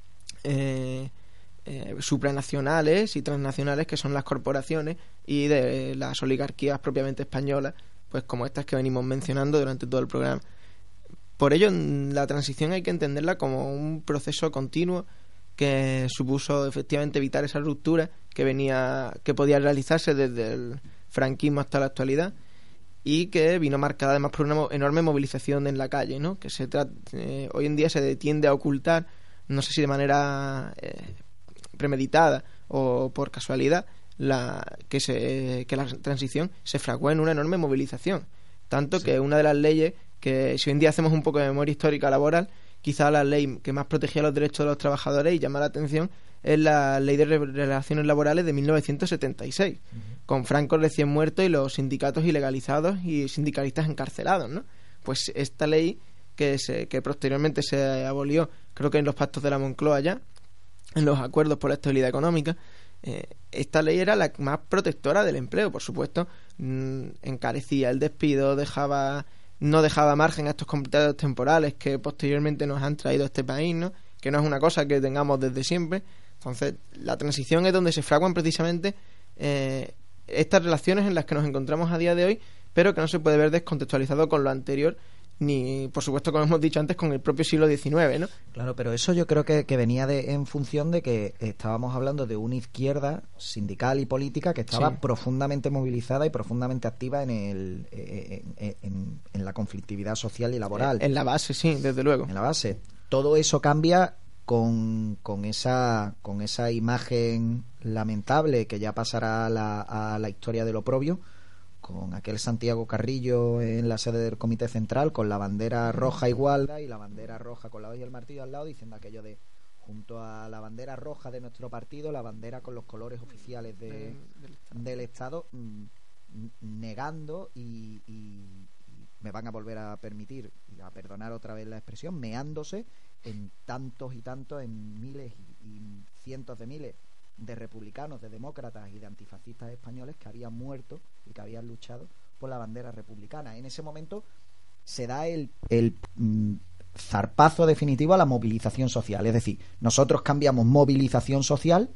Speaker 5: eh, eh, supranacionales y transnacionales que son las corporaciones y de las oligarquías propiamente españolas, pues como estas que venimos mencionando durante todo el programa. Por ello, la transición hay que entenderla como un proceso continuo que supuso efectivamente evitar esa ruptura que venía, que podía realizarse desde el franquismo hasta la actualidad, y que vino marcada además por una enorme movilización en la calle, ¿no? Que se trata, eh, hoy en día se tiende a ocultar, no sé si de manera eh, premeditada o por casualidad, la que se que la transición se fraguó en una enorme movilización, tanto sí. que una de las leyes que, si hoy en día hacemos un poco de memoria histórica laboral, quizá la ley que más protegía los derechos de los trabajadores y llama la atención es la Ley de Relaciones Laborales de mil novecientos setenta y seis, uh-huh. con Franco recién muerto y los sindicatos ilegalizados y sindicalistas encarcelados, ¿no? Pues esta ley que se que posteriormente se abolió, creo que en los pactos de la Moncloa ya, en los acuerdos por la estabilidad económica, eh, esta ley era la más protectora del empleo, por supuesto, mmm, encarecía el despido, dejaba no dejaba margen a estos contratos temporales que posteriormente nos han traído a este país, ¿no? Que no es una cosa que tengamos desde siempre. Entonces, la transición es donde se fraguan precisamente eh, estas relaciones en las que nos encontramos a día de hoy, pero que no se puede ver descontextualizado con lo anterior, ni, por supuesto, como hemos dicho antes, con el propio siglo diecinueve, ¿no?
Speaker 4: Claro, pero eso yo creo que, que venía de, en función de que estábamos hablando de una izquierda sindical y política que estaba
Speaker 5: Sí.
Speaker 4: profundamente movilizada y profundamente activa en, el, en, en, en la conflictividad social y laboral.
Speaker 5: En la base, sí, desde luego.
Speaker 4: En la base. Todo eso cambia con, con, esa, con esa imagen lamentable que ya pasará a la, a la historia del oprobio, con aquel Santiago Carrillo en la sede del Comité Central, con la bandera roja igualda y la bandera roja con la hoz y el martillo al lado, diciendo aquello de, junto a la bandera roja de nuestro partido, la bandera con los colores oficiales de,
Speaker 5: del, del Estado,
Speaker 4: del Estado mm, negando y, y, y me van a volver a permitir, y a perdonar otra vez la expresión, meándose en tantos y tantos, en miles y, y cientos de miles de republicanos, de demócratas y de antifascistas españoles que habían muerto y que habían luchado por la bandera republicana. En ese momento se da el, el mm, zarpazo definitivo a la movilización social. Es decir, nosotros cambiamos movilización social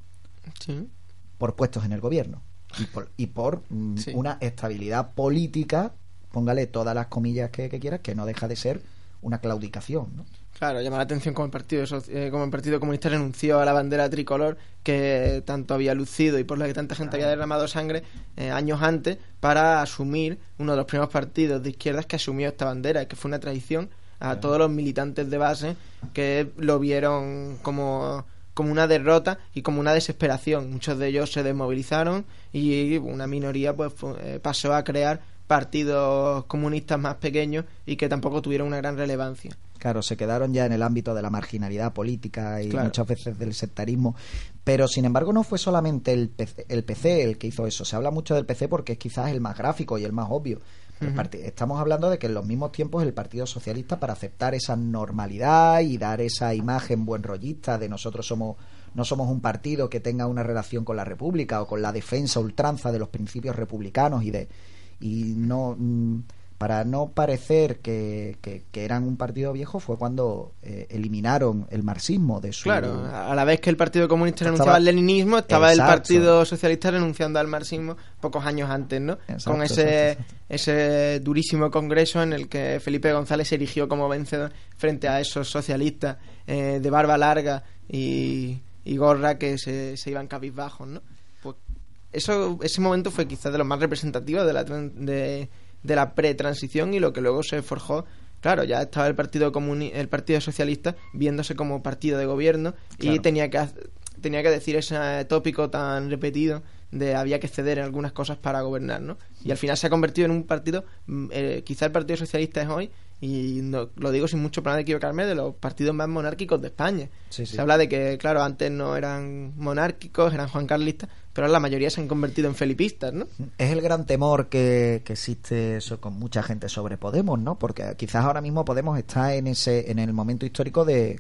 Speaker 5: sí.
Speaker 4: por puestos en el gobierno y por, y por mm,
Speaker 5: Sí.
Speaker 4: una estabilidad política, póngale todas las comillas que, que quieras, que no deja de ser una claudicación, ¿no?
Speaker 5: Claro, llama la atención como el partido eh, como el Partido Comunista renunció a la bandera tricolor que tanto había lucido y por la que tanta gente había derramado sangre eh, años antes, para asumir uno de los primeros partidos de izquierdas que asumió esta bandera, y que fue una traición a
Speaker 4: Claro.
Speaker 5: todos los militantes de base que lo vieron como, como una derrota y como una desesperación. Muchos de ellos se desmovilizaron y una minoría pues fu- eh, pasó a crear partidos comunistas más pequeños y que tampoco tuvieron una gran relevancia.
Speaker 4: Claro, se quedaron ya en el ámbito de la marginalidad política y
Speaker 5: Claro.
Speaker 4: muchas veces del sectarismo. Pero, sin embargo, no fue solamente el P C, el P C el que hizo eso. Se habla mucho del P C porque es quizás el más gráfico y el más obvio. El
Speaker 5: Ujú.
Speaker 4: parti- Estamos hablando de que en los mismos tiempos el Partido Socialista, para aceptar esa normalidad y dar esa imagen buen rollista de nosotros somos no somos un partido que tenga una relación con la República o con la defensa ultranza de los principios republicanos y de y no mm, para no parecer que, que, que eran un partido viejo, fue cuando eh, eliminaron el marxismo de su...
Speaker 5: Claro, a la vez que el Partido Comunista
Speaker 4: Estaba-
Speaker 5: renunciaba al leninismo, estaba el
Speaker 4: Exacto.
Speaker 5: Partido Socialista renunciando al marxismo pocos años antes, ¿no?
Speaker 4: Exacto,
Speaker 5: Con ese,
Speaker 4: exacto, exacto.
Speaker 5: ese durísimo congreso en el que Felipe González se erigió como vencedor frente a esos socialistas eh, de barba larga y, y gorra que se, se iban cabizbajos, ¿no? Pues eso, ese momento fue quizás de los más representativos de la tran- de, de la pretransición, y lo que luego se forjó. Claro, ya estaba el Partido Comuni- el Partido Socialista viéndose como partido de gobierno,
Speaker 4: Claro.
Speaker 5: y tenía que hac- tenía que decir ese tópico tan repetido de había que ceder en algunas cosas para gobernar, ¿no? Y al final se ha convertido en un partido, mm, eh, quizá el Partido Socialista es hoy, y no, lo digo sin mucho problema de equivocarme, de los partidos más monárquicos de España.
Speaker 4: Sí, sí.
Speaker 5: Se habla de que, claro, antes no eran monárquicos, eran juancarlistas, pero la mayoría se han convertido en felipistas, ¿no?
Speaker 4: Es el gran temor que, que existe so- con mucha gente sobre Podemos, ¿no? Porque quizás ahora mismo Podemos está en ese en el momento histórico de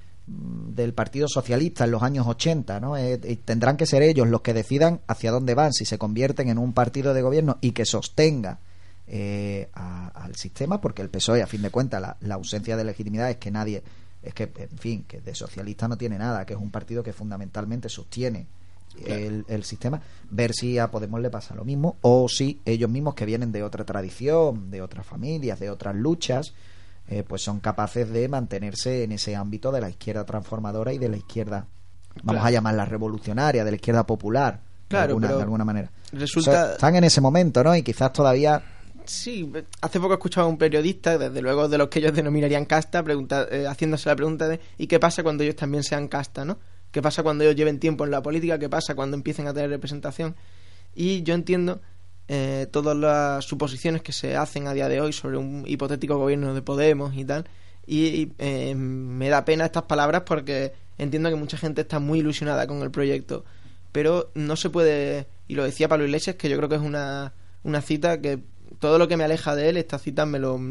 Speaker 4: del Partido Socialista en los años ochenta, ¿no? Eh, y tendrán que ser ellos los que decidan hacia dónde van, si se convierten en un partido de gobierno y que sostenga eh, a- al sistema, porque el P S O E, a fin de cuentas, la, la ausencia de legitimidad es que nadie, es que, en fin, que de socialista no tiene nada, que es un partido que fundamentalmente sostiene el, el sistema. Ver si a Podemos le pasa lo mismo, o si ellos mismos, que vienen de otra tradición, de otras familias, de otras luchas, eh, pues son capaces de mantenerse en ese ámbito de la izquierda transformadora y de la izquierda, vamos
Speaker 5: Claro.
Speaker 4: a llamarla revolucionaria, de la izquierda popular,
Speaker 5: Claro,
Speaker 4: de, alguna,
Speaker 5: pero
Speaker 4: de alguna manera.
Speaker 5: resulta-
Speaker 4: O sea, están en ese momento, ¿no? Y quizás todavía...
Speaker 5: Sí, hace poco he escuchado a un periodista, desde luego de los que ellos denominarían casta, pregunta, eh, haciéndose la pregunta de ¿y qué pasa cuando ellos también sean casta, ¿no? ¿Qué pasa cuando ellos lleven tiempo en la política? ¿Qué pasa cuando empiecen a tener representación? Y yo entiendo eh, todas las suposiciones que se hacen a día de hoy sobre un hipotético gobierno de Podemos y tal, y eh, me da pena estas palabras porque entiendo que mucha gente está muy ilusionada con el proyecto, pero no se puede, y lo decía Pablo Iglesias, que yo creo que es una, una cita que todo lo que me aleja de él, esta cita me lo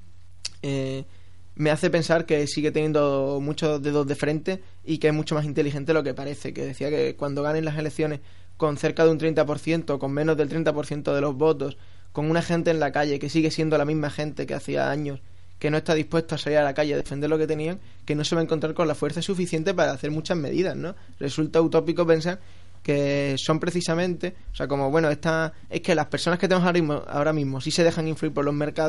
Speaker 5: eh, me hace pensar que sigue teniendo muchos dedos de frente y que es mucho más inteligente de lo que parece, que decía que cuando ganen las elecciones con cerca de un treinta por ciento, con menos del treinta por ciento de los votos, con una gente en la calle que sigue siendo la misma gente que hacía años, que no está dispuesto a salir a la calle a defender lo que tenían, que no se va a encontrar con la fuerza suficiente para hacer muchas medidas, ¿no? Resulta utópico pensar que son precisamente, o sea, como bueno, esta, es que las personas que tenemos ahora mismo, ahora mismo sí se dejan influir por los mercados,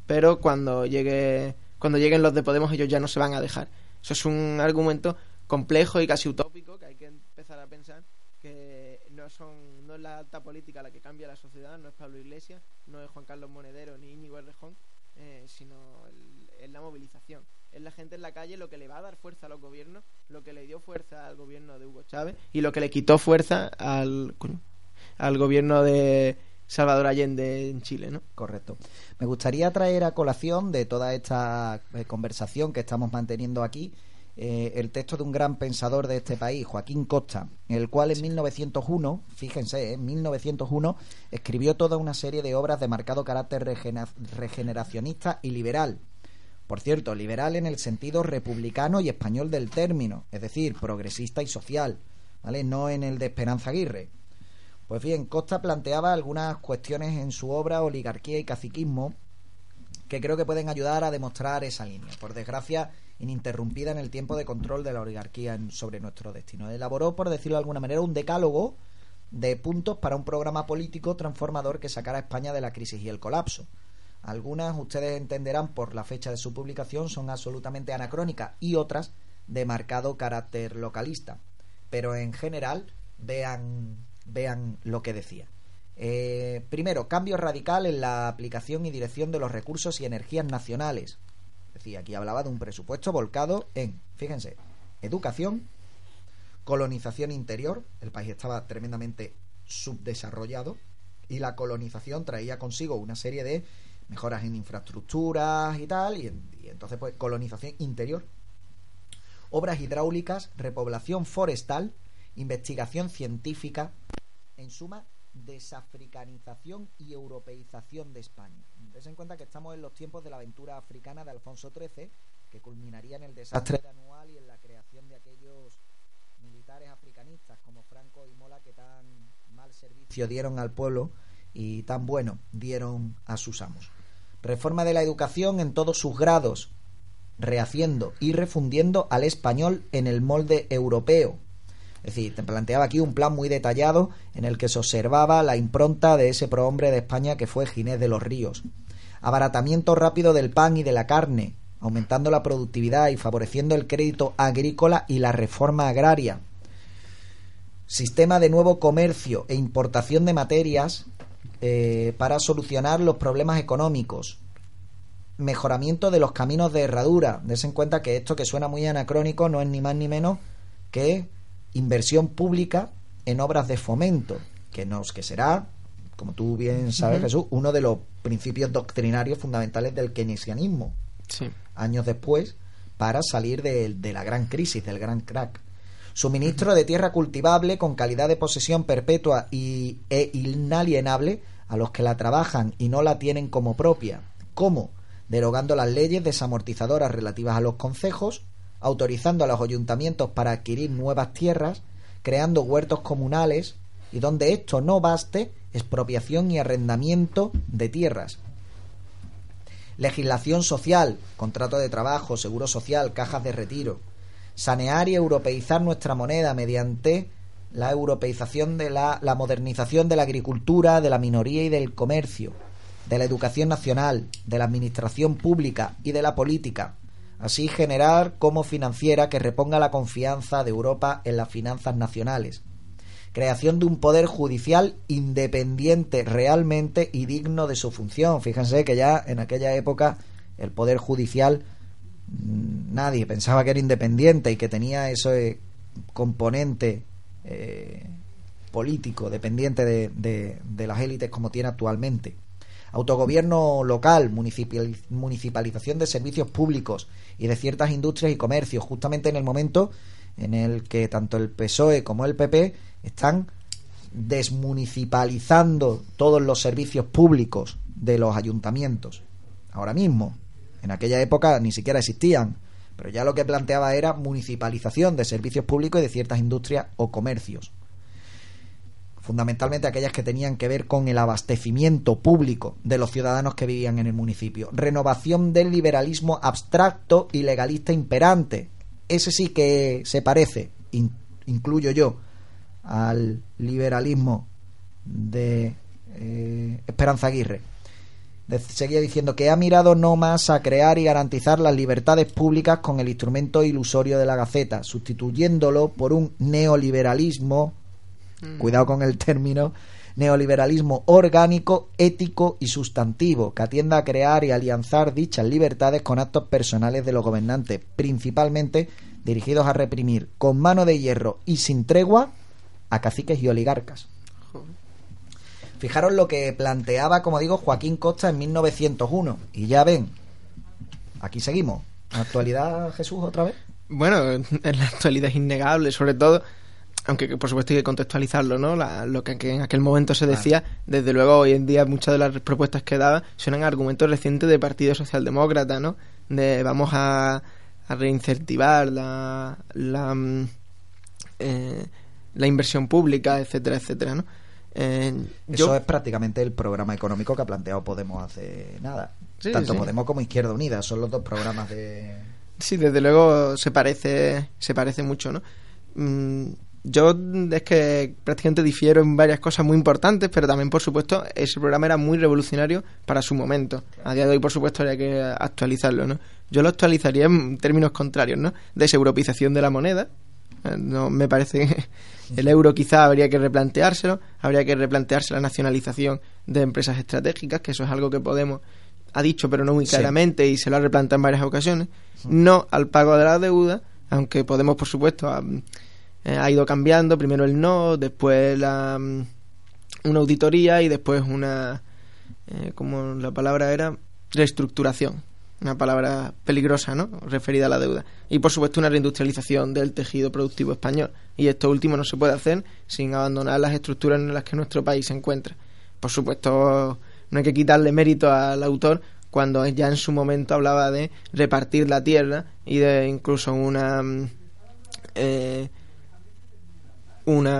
Speaker 5: pero cuando llegue cuando lleguen los de Podemos ellos ya no se van a dejar. Eso es un argumento complejo y casi utópico, que hay que empezar a pensar que no son no es la alta política la que cambia la sociedad, no es Pablo Iglesias, no es Juan Carlos Monedero ni Íñigo Errejón, eh, sino el, es la movilización, es la gente en la calle lo que le va a dar fuerza a los gobiernos, lo que le dio fuerza al gobierno de Hugo Chávez y lo que le quitó fuerza al al gobierno de Salvador Allende en Chile, ¿no?
Speaker 4: Correcto. Me gustaría traer a colación de toda esta eh, conversación que estamos manteniendo aquí eh, el texto de un gran pensador de este país, Joaquín Costa, el cual en mil novecientos uno, fíjense, en mil novecientos uno escribió toda una serie de obras de marcado carácter regener- regeneracionista y liberal. Por cierto, liberal en el sentido republicano y español del término, es decir, progresista y social, ¿vale? No en el de Esperanza Aguirre. Pues bien, Costa planteaba algunas cuestiones en su obra Oligarquía y Caciquismo que creo que pueden ayudar a demostrar esa línea, por desgracia ininterrumpida en el tiempo de control de la oligarquía en, sobre nuestro destino. Elaboró, por decirlo de alguna manera, un decálogo de puntos para un programa político transformador que sacara a España de la crisis y el colapso. Algunas, ustedes entenderán por la fecha de su publicación, son absolutamente anacrónicas y otras de marcado carácter localista. Pero en general, vean... vean lo que decía. Eh, primero, cambio radical en la aplicación y dirección de los recursos y energías nacionales. Es decir, aquí hablaba de un presupuesto volcado en, fíjense, educación, colonización interior. El país estaba tremendamente subdesarrollado y la colonización traía consigo una serie de mejoras en infraestructuras y tal, y, y entonces pues colonización interior, obras hidráulicas, repoblación forestal, investigación científica, en suma, desafricanización y europeización de España. Tened en cuenta que estamos en los tiempos de la aventura africana de Alfonso trece, que culminaría en el desastre de Anual y en la creación de aquellos militares africanistas como Franco y Mola, que tan mal servicio dieron al pueblo y tan bueno dieron a sus amos. Reforma de la educación en todos sus grados, rehaciendo y refundiendo al español en el molde europeo. Es decir, te planteaba aquí un plan muy detallado en el que se observaba la impronta de ese prohombre de España que fue Ginés de los Ríos. Abaratamiento rápido del pan y de la carne, aumentando la productividad y favoreciendo el crédito agrícola y la reforma agraria. Sistema de nuevo comercio e importación de materias eh, para solucionar los problemas económicos. Mejoramiento de los caminos de herradura. Des en cuenta que esto, que suena muy anacrónico, no es ni más ni menos que inversión pública en obras de fomento, que nos que será, como tú bien sabes, uh-huh. Jesús, uno de los principios doctrinarios fundamentales del keynesianismo.
Speaker 5: Sí. Años
Speaker 4: después, para salir de, de la gran crisis, del gran crack. Suministro uh-huh. de tierra cultivable con calidad de posesión perpetua y, e inalienable a los que la trabajan y no la tienen como propia. ¿Cómo? Derogando las leyes desamortizadoras relativas a los concejos, autorizando a los ayuntamientos para adquirir nuevas tierras, creando huertos comunales y, donde esto no baste, expropiación y arrendamiento de tierras. Legislación social, contrato de trabajo, seguro social, cajas de retiro. Sanear y europeizar nuestra moneda mediante la europeización de la, la modernización de la agricultura, de la minoría y del comercio, de la educación nacional, de la administración pública y de la política. Así generar como financiera que reponga la confianza de Europa en las finanzas nacionales. Creación de un poder judicial independiente realmente y digno de su función. Fíjense que ya en aquella época el poder judicial mmm, nadie pensaba que era independiente y que tenía ese componente eh, político dependiente de, de, de las élites como tiene actualmente. Autogobierno local, municipal, municipalización de servicios públicos y de ciertas industrias y comercios, justamente en el momento en el que tanto el P S O E como el P P están desmunicipalizando todos los servicios públicos de los ayuntamientos. Ahora mismo, en aquella época ni siquiera existían, pero ya lo que planteaba era municipalización de servicios públicos y de ciertas industrias o comercios, fundamentalmente aquellas que tenían que ver con el abastecimiento público de los ciudadanos que vivían en el municipio. Renovación del liberalismo abstracto y legalista imperante. Ese sí que se parece, in, incluyo yo, al liberalismo de eh, Esperanza Aguirre. de, seguía diciendo que ha mirado no más a crear y garantizar las libertades públicas con el instrumento ilusorio de la Gaceta, sustituyéndolo por un neoliberalismo, mm. cuidado con el término, neoliberalismo orgánico, ético y sustantivo, que atienda a crear y alianzar dichas libertades con actos personales de los gobernantes, principalmente dirigidos a reprimir con mano de hierro y sin tregua a caciques y oligarcas. Fijaros lo que planteaba, como digo, Joaquín Costa en mil novecientos uno. Y ya ven, aquí seguimos. ¿Actualidad, Jesús, otra vez?
Speaker 5: Bueno, en la actualidad es innegable, sobre todo, aunque por supuesto hay que contextualizarlo, ¿no? La, lo que en aquel momento se decía, vale. Desde luego hoy en día muchas de las propuestas que daba suenan argumentos recientes del Partido Socialdemócrata, ¿no? De vamos a, a reincentivar la, la, eh, la inversión pública, etcétera, etcétera, ¿no? Eh,
Speaker 4: Eso
Speaker 5: yo...
Speaker 4: es prácticamente el programa económico que ha planteado Podemos hace nada.
Speaker 5: Sí,
Speaker 4: Tanto
Speaker 5: sí.
Speaker 4: Podemos como Izquierda Unida son los dos programas de...
Speaker 5: Sí, desde luego se parece se parece mucho, ¿no? Mm, yo es que prácticamente difiero en varias cosas muy importantes, pero también, por supuesto, ese programa era muy revolucionario para su momento. A día de hoy, por supuesto, habría que actualizarlo, ¿no? Yo lo actualizaría en términos contrarios, ¿no? Deseuropización de la moneda. No, me parece que el euro quizá habría que replanteárselo, habría que replantearse la nacionalización de empresas estratégicas, que eso es algo que Podemos ha dicho pero no muy claramente, sí. Y se lo ha replanteado en varias ocasiones. No al pago de la deuda, aunque Podemos, por supuesto, ha, eh, ha ido cambiando, primero el no, después la, una auditoría y después una, eh, como la palabra era, reestructuración. Una palabra peligrosa, ¿no? Referida a la deuda. Y, por supuesto, una reindustrialización del tejido productivo español. Y esto último no se puede hacer sin abandonar las estructuras en las que nuestro país se encuentra. Por supuesto, no hay que quitarle mérito al autor cuando ya en su momento hablaba de repartir la tierra y de incluso una... Eh, una...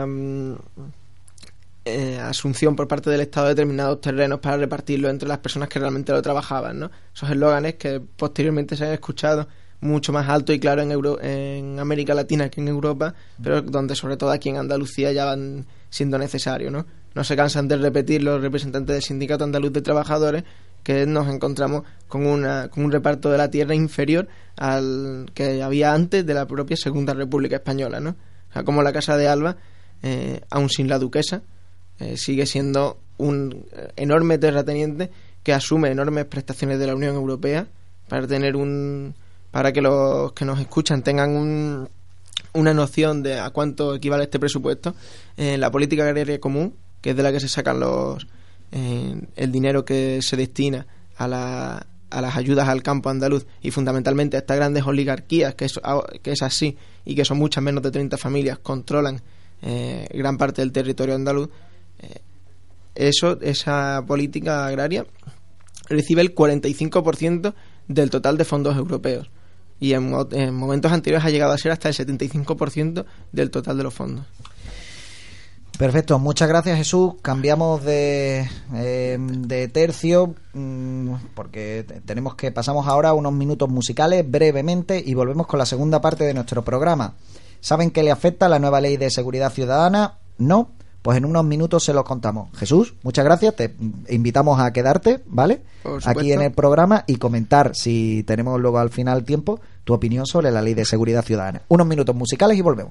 Speaker 5: Eh, asunción por parte del Estado de determinados terrenos para repartirlo entre las personas que realmente lo trabajaban, ¿no? Esos eslóganes que posteriormente se han escuchado mucho más alto y claro en, Euro, en América Latina que en Europa, pero donde sobre todo aquí en Andalucía ya van siendo necesarios, ¿no? No se cansan de repetir los representantes del Sindicato Andaluz de Trabajadores que nos encontramos con, una, con un reparto de la tierra inferior al que había antes de la propia Segunda República Española, ¿no? O sea, como la Casa de Alba, eh, aún sin la duquesa, Eh, sigue siendo un enorme terrateniente que asume enormes prestaciones de la Unión Europea para tener un para que los que nos escuchan tengan un, una noción de a cuánto equivale este presupuesto. Eh, la política agraria común, que es de la que se sacan los eh, el dinero que se destina a la a las ayudas al campo andaluz y fundamentalmente a estas grandes oligarquías que es, que es así y que son muchas menos de treinta familias, controlan eh, gran parte del territorio andaluz. Eso, esa política agraria recibe el cuarenta y cinco por ciento del total de fondos europeos y en, en momentos anteriores ha llegado a ser hasta el setenta y cinco por ciento del total de los fondos.
Speaker 4: Perfecto, muchas gracias, Jesús. Cambiamos de, eh, de tercio porque tenemos que pasamos ahora unos minutos musicales brevemente y volvemos con la segunda parte de nuestro programa. ¿Saben qué le afecta la nueva ley de seguridad ciudadana? ¿No? Pues en unos minutos se los contamos. Jesús, muchas gracias. Te invitamos a quedarte, ¿vale? Aquí en el programa y comentar, si tenemos luego al final tiempo, tu opinión sobre la ley de seguridad ciudadana. Unos minutos musicales y volvemos.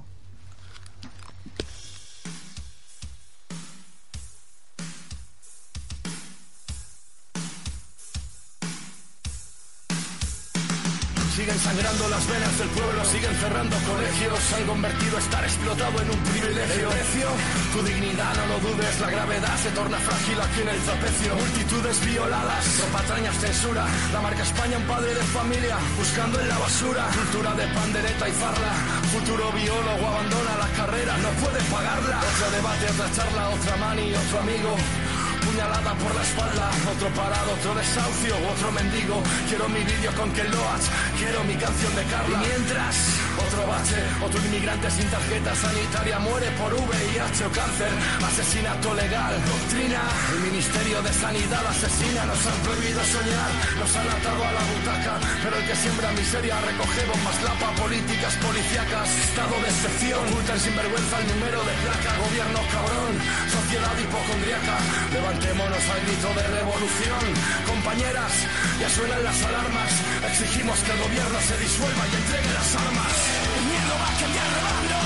Speaker 6: Siguen sangrando las venas del pueblo, siguen cerrando colegios, han convertido estar explotado en un privilegio. ¿El precio? Tu dignidad, no lo dudes, la gravedad se torna frágil aquí en el trapecio. Multitudes violadas, son patrañas, censura, la marca España un padre de familia, buscando en la basura. Cultura de pandereta y farla, futuro biólogo abandona la carrera, no puede pagarla. Otro debate, otra charla, otra mani, otro amigo. Puñalada por la espalda, otro parado, otro desahucio, otro mendigo. Quiero mi vídeo con Ken Loach, quiero mi canción de Carla. Y mientras, otro bache, otro inmigrante sin tarjeta sanitaria muere por V I H o cáncer. Asesinato legal, doctrina. El Ministerio de Sanidad asesina, nos han prohibido soñar, nos han atado a la butaca. Pero el que siembra miseria recoge bombas lapa, políticas policíacas, estado de excepción. Ocultan sin vergüenza el número de placa, gobierno cabrón, sociedad hipocondriaca. Levantémonos al grito de revolución. solución. Compañeras, ya suenan las alarmas. Exigimos que el gobierno se disuelva y entregue las armas. El miedo va a cambiar de bando.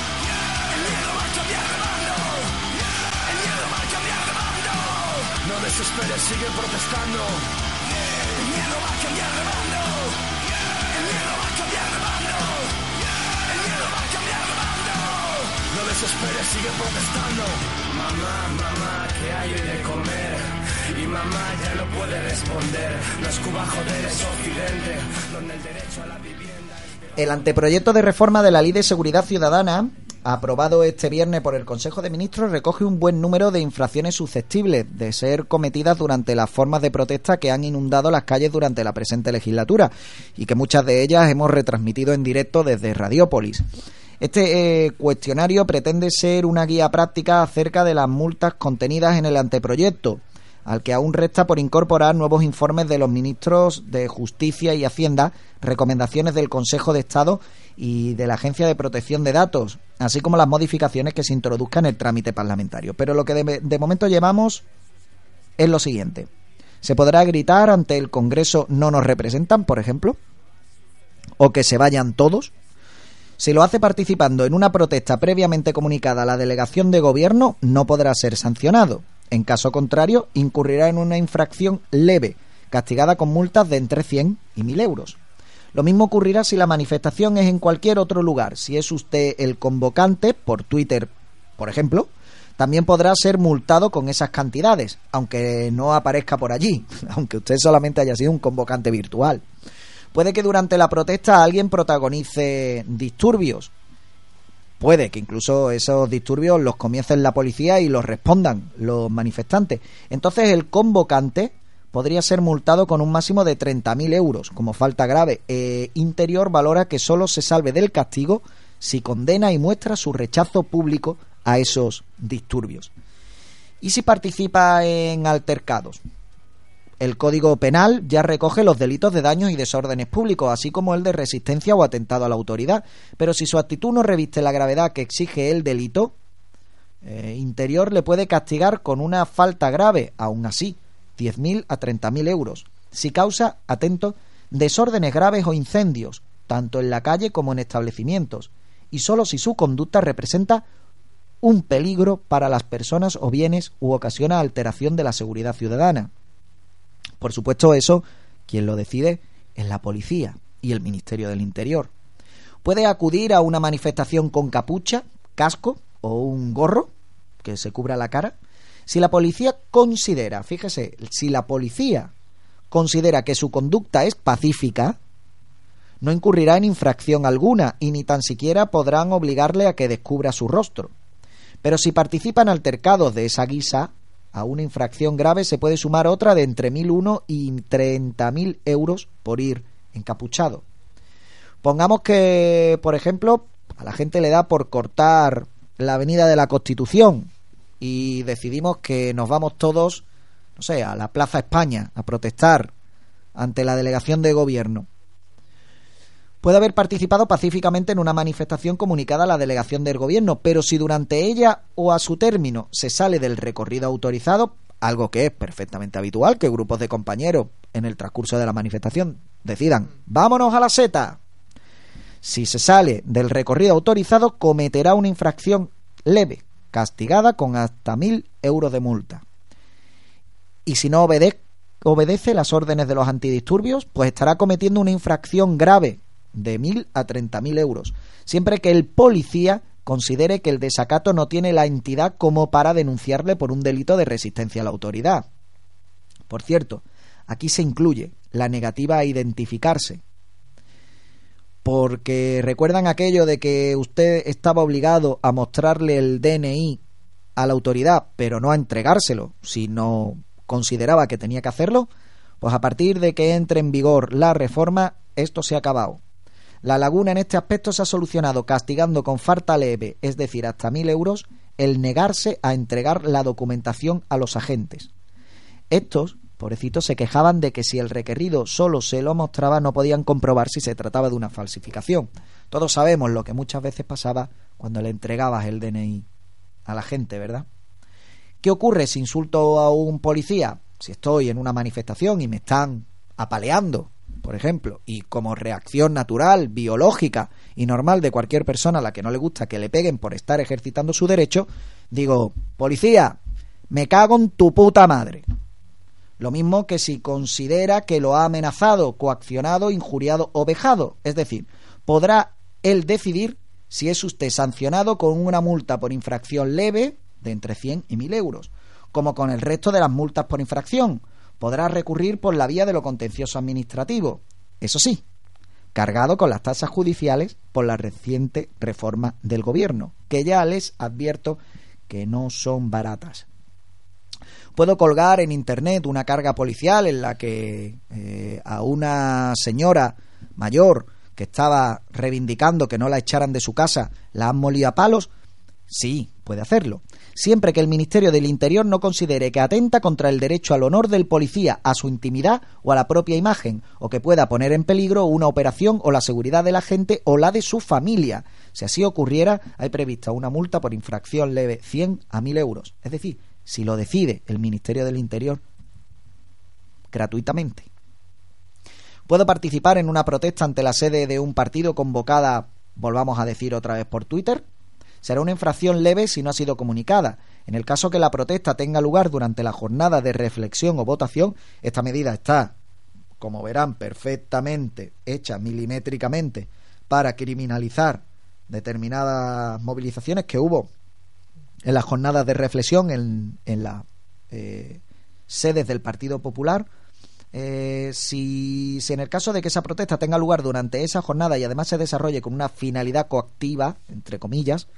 Speaker 6: El miedo va a cambiar de bando. El miedo va a cambiar de bando. No desesperes, sigue protestando. El miedo va a cambiar de bando. El miedo va a cambiar de bando. El miedo va a cambiar de bando. No desesperes, sigue protestando. Mamá, mamá, ¿qué hay hoy de comer? Y mamá ya no puede responder. No es Cuba, joder, es Occidente, donde el derecho a la vivienda es...
Speaker 4: El anteproyecto de reforma de la Ley de Seguridad Ciudadana, aprobado este viernes por el Consejo de Ministros, recoge un buen número de infracciones susceptibles de ser cometidas durante las formas de protesta que han inundado las calles durante la presente legislatura y que muchas de ellas hemos retransmitido en directo desde Radiópolis. Este eh, cuestionario pretende ser una guía práctica acerca de las multas contenidas en el anteproyecto, al que aún resta por incorporar nuevos informes de los ministros de Justicia y Hacienda, recomendaciones del Consejo de Estado y de la Agencia de Protección de Datos, así como las modificaciones que se introduzcan en el trámite parlamentario. Pero lo que de, de momento llevamos es lo siguiente. Se podrá gritar ante el Congreso "no nos representan", por ejemplo, o que se vayan todos. Si lo hace participando en una protesta previamente comunicada a la delegación de gobierno, no podrá ser sancionado. En caso contrario, incurrirá en una infracción leve, castigada con multas de entre cien y mil euros. Lo mismo ocurrirá si la manifestación es en cualquier otro lugar. Si es usted el convocante, por Twitter, por ejemplo, también podrá ser multado con esas cantidades, aunque no aparezca por allí, aunque usted solamente haya sido un convocante virtual. Puede que durante la protesta alguien protagonice disturbios. Puede que incluso esos disturbios los comiencen la policía y los respondan los manifestantes. Entonces el convocante podría ser multado con un máximo de treinta mil euros como falta grave. Eh, Interior valora que solo se salve del castigo si condena y muestra su rechazo público a esos disturbios. ¿Y si participa en altercados? El Código Penal ya recoge los delitos de daños y desórdenes públicos, así como el de resistencia o atentado a la autoridad. Pero si su actitud no reviste la gravedad que exige el delito, eh, Interior le puede castigar con una falta grave, aún así, diez mil a treinta mil euros. Si causa, atento, desórdenes graves o incendios, tanto en la calle como en establecimientos, y solo si su conducta representa un peligro para las personas o bienes u ocasiona alteración de la seguridad ciudadana. Por supuesto, eso, quien lo decide es la policía y el Ministerio del Interior. Puede acudir a una manifestación con capucha, casco o un gorro que se cubra la cara. Si la policía considera, fíjese, si la policía considera que su conducta es pacífica, no incurrirá en infracción alguna y ni tan siquiera podrán obligarle a que descubra su rostro. Pero si participa en altercados de esa guisa, a una infracción grave se puede sumar otra de entre mil uno y treinta mil euros por ir encapuchado. Pongamos que, por ejemplo, a la gente le da por cortar la Avenida de la Constitución y decidimos que nos vamos todos, no sé, a la Plaza España a protestar ante la delegación de gobierno. Puede haber participado pacíficamente en una manifestación comunicada a la delegación del gobierno, pero si durante ella o a su término se sale del recorrido autorizado, algo que es perfectamente habitual, que grupos de compañeros en el transcurso de la manifestación decidan «vámonos a la seta». Si se sale del recorrido autorizado, cometerá una infracción leve, castigada con hasta mil euros de multa. Y si no obedece, obedece las órdenes de los antidisturbios, pues estará cometiendo una infracción grave, de mil a treinta mil euros, siempre que el policía considere que el desacato no tiene la entidad como para denunciarle por un delito de resistencia a la autoridad. Por cierto, aquí se incluye la negativa a identificarse, porque recuerdan aquello de que usted estaba obligado a mostrarle el D N I a la autoridad, pero no a entregárselo si no consideraba que tenía que hacerlo. Pues a partir de que entre en vigor la reforma, esto se ha acabado. La laguna en este aspecto se ha solucionado castigando con falta leve, es decir, hasta mil euros, el negarse a entregar la documentación a los agentes. Estos, pobrecitos, se quejaban de que si el requerido solo se lo mostraba no podían comprobar si se trataba de una falsificación. Todos sabemos lo que muchas veces pasaba cuando le entregabas el D N I a la gente, ¿verdad? ¿Qué ocurre si insulto a un policía? si estoy en una manifestación y me están apaleando, por ejemplo, y como reacción natural, biológica y normal de cualquier persona a la que no le gusta que le peguen por estar ejercitando su derecho, digo, policía, me cago en tu puta madre. Lo mismo que si considera que lo ha amenazado, coaccionado, injuriado o vejado. Es decir, podrá él decidir si es usted sancionado con una multa por infracción leve de entre cien y mil euros, como con el resto de las multas por infracción. Podrá recurrir por la vía de lo contencioso administrativo, eso sí, cargado con las tasas judiciales por la reciente reforma del gobierno, que ya les advierto que no son baratas. Puedo colgar en internet una carga policial en la que eh, a una señora mayor que estaba reivindicando que no la echaran de su casa la han molido a palos. Sí, puede hacerlo, siempre que el Ministerio del Interior no considere que atenta contra el derecho al honor del policía, a su intimidad o a la propia imagen, o que pueda poner en peligro una operación o la seguridad de la gente o la de su familia. Si así ocurriera, hay prevista una multa por infracción leve cien a mil euros. Es decir, si lo decide el Ministerio del Interior gratuitamente. Puedo participar en una protesta ante la sede de un partido convocada, volvamos a decir otra vez por Twitter. Será una infracción leve si no ha sido comunicada. En el caso que la protesta tenga lugar durante la jornada de reflexión o votación, esta medida está, como verán, perfectamente hecha milimétricamente para criminalizar determinadas movilizaciones que hubo en las jornadas de reflexión en, en las eh, sedes del Partido Popular. Eh, si, si en el caso de que esa protesta tenga lugar durante esa jornada y además se desarrolle con una finalidad coactiva, entre comillas,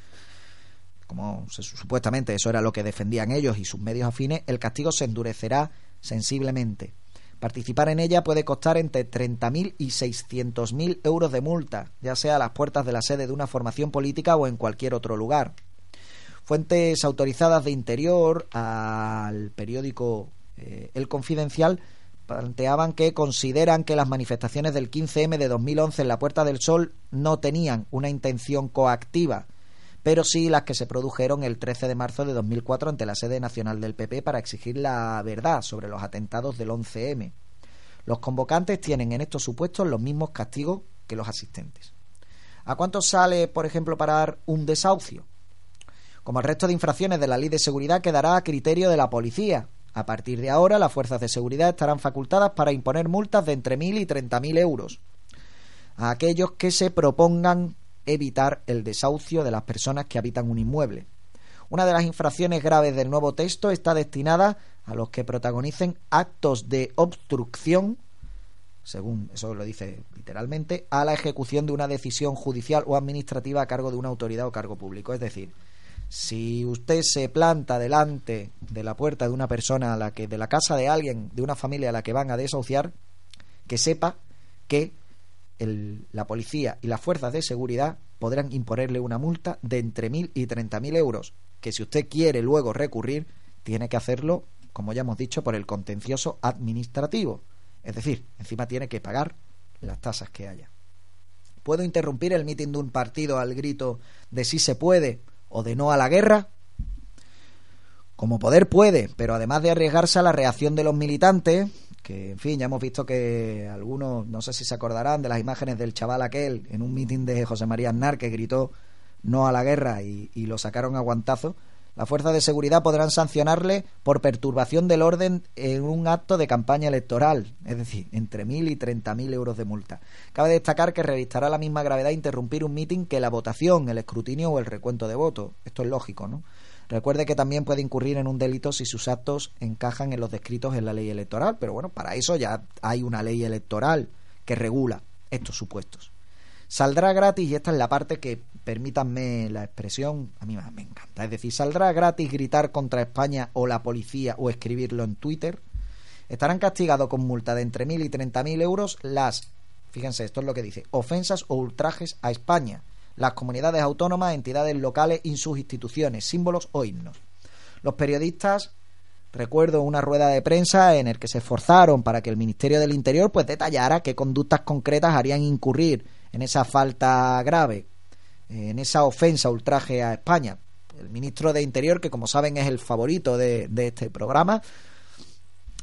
Speaker 4: como se, supuestamente eso era lo que defendían ellos y sus medios afines, el castigo se endurecerá sensiblemente. Participar en ella puede costar entre treinta mil y seiscientos mil euros de multa, ya sea a las puertas de la sede de una formación política o en cualquier otro lugar. Fuentes autorizadas de Interior al periódico eh, El Confidencial planteaban que consideran que las manifestaciones del quince eme de dos mil once en la Puerta del Sol no tenían una intención coactiva, pero sí las que se produjeron el trece de marzo de dos mil cuatro ante la sede nacional del P P para exigir la verdad sobre los atentados del once eme. Los convocantes tienen en estos supuestos los mismos castigos que los asistentes. ¿A cuánto sale, por ejemplo, parar un desahucio? Como el resto de infracciones de la Ley de Seguridad, quedará a criterio de la policía. A partir de ahora, las fuerzas de seguridad estarán facultadas para imponer multas de entre mil y treinta mil euros a aquellos que se propongan evitar el desahucio de las personas que habitan un inmueble. Una de las infracciones graves del nuevo texto está destinada a los que protagonicen actos de obstrucción, según eso lo dice literalmente, a la ejecución de una decisión judicial o administrativa a cargo de una autoridad o cargo público. Es decir, si usted se planta delante de la puerta de una persona a la que, de la casa de alguien, de una familia a la que van a desahuciar, que sepa que el, la policía y las fuerzas de seguridad podrán imponerle una multa de entre mil y treinta mil euros, que si usted quiere luego recurrir, tiene que hacerlo, como ya hemos dicho, por el contencioso administrativo. Es decir, encima tiene que pagar las tasas que haya. ¿Puedo interrumpir el mitin de un partido al grito de sí se puede o de no a la guerra? Como poder puede, pero además de arriesgarse a la reacción de los militantes, que en fin, ya hemos visto que algunos, no sé si se acordarán de las imágenes del chaval aquel en un mitin de José María Aznar que gritó no a la guerra y, y lo sacaron a guantazo. Las fuerzas de seguridad podrán sancionarle por perturbación del orden en un acto de campaña electoral, es decir, entre mil y treinta mil euros de multa. Cabe destacar que revistará la misma gravedad interrumpir un mitin que la votación, el escrutinio o el recuento de votos. Esto es lógico, ¿no? Recuerde que también puede incurrir en un delito si sus actos encajan en los descritos en la ley electoral, pero bueno, para eso ya hay una ley electoral que regula estos supuestos. Saldrá gratis, y esta es la parte que, permítanme la expresión, a mí me encanta, es decir, saldrá gratis gritar contra España o la policía o escribirlo en Twitter. Estarán castigados con multa de entre mil y treinta mil euros las, fíjense, esto es lo que dice, ofensas o ultrajes a España, las comunidades autónomas, entidades locales y sus instituciones, símbolos o himnos. Los periodistas, recuerdo una rueda de prensa en el que se esforzaron para que el Ministerio del Interior pues detallara qué conductas concretas harían incurrir en esa falta grave, en esa ofensa, ultraje a España. El ministro de Interior, que como saben es el favorito de, de este programa,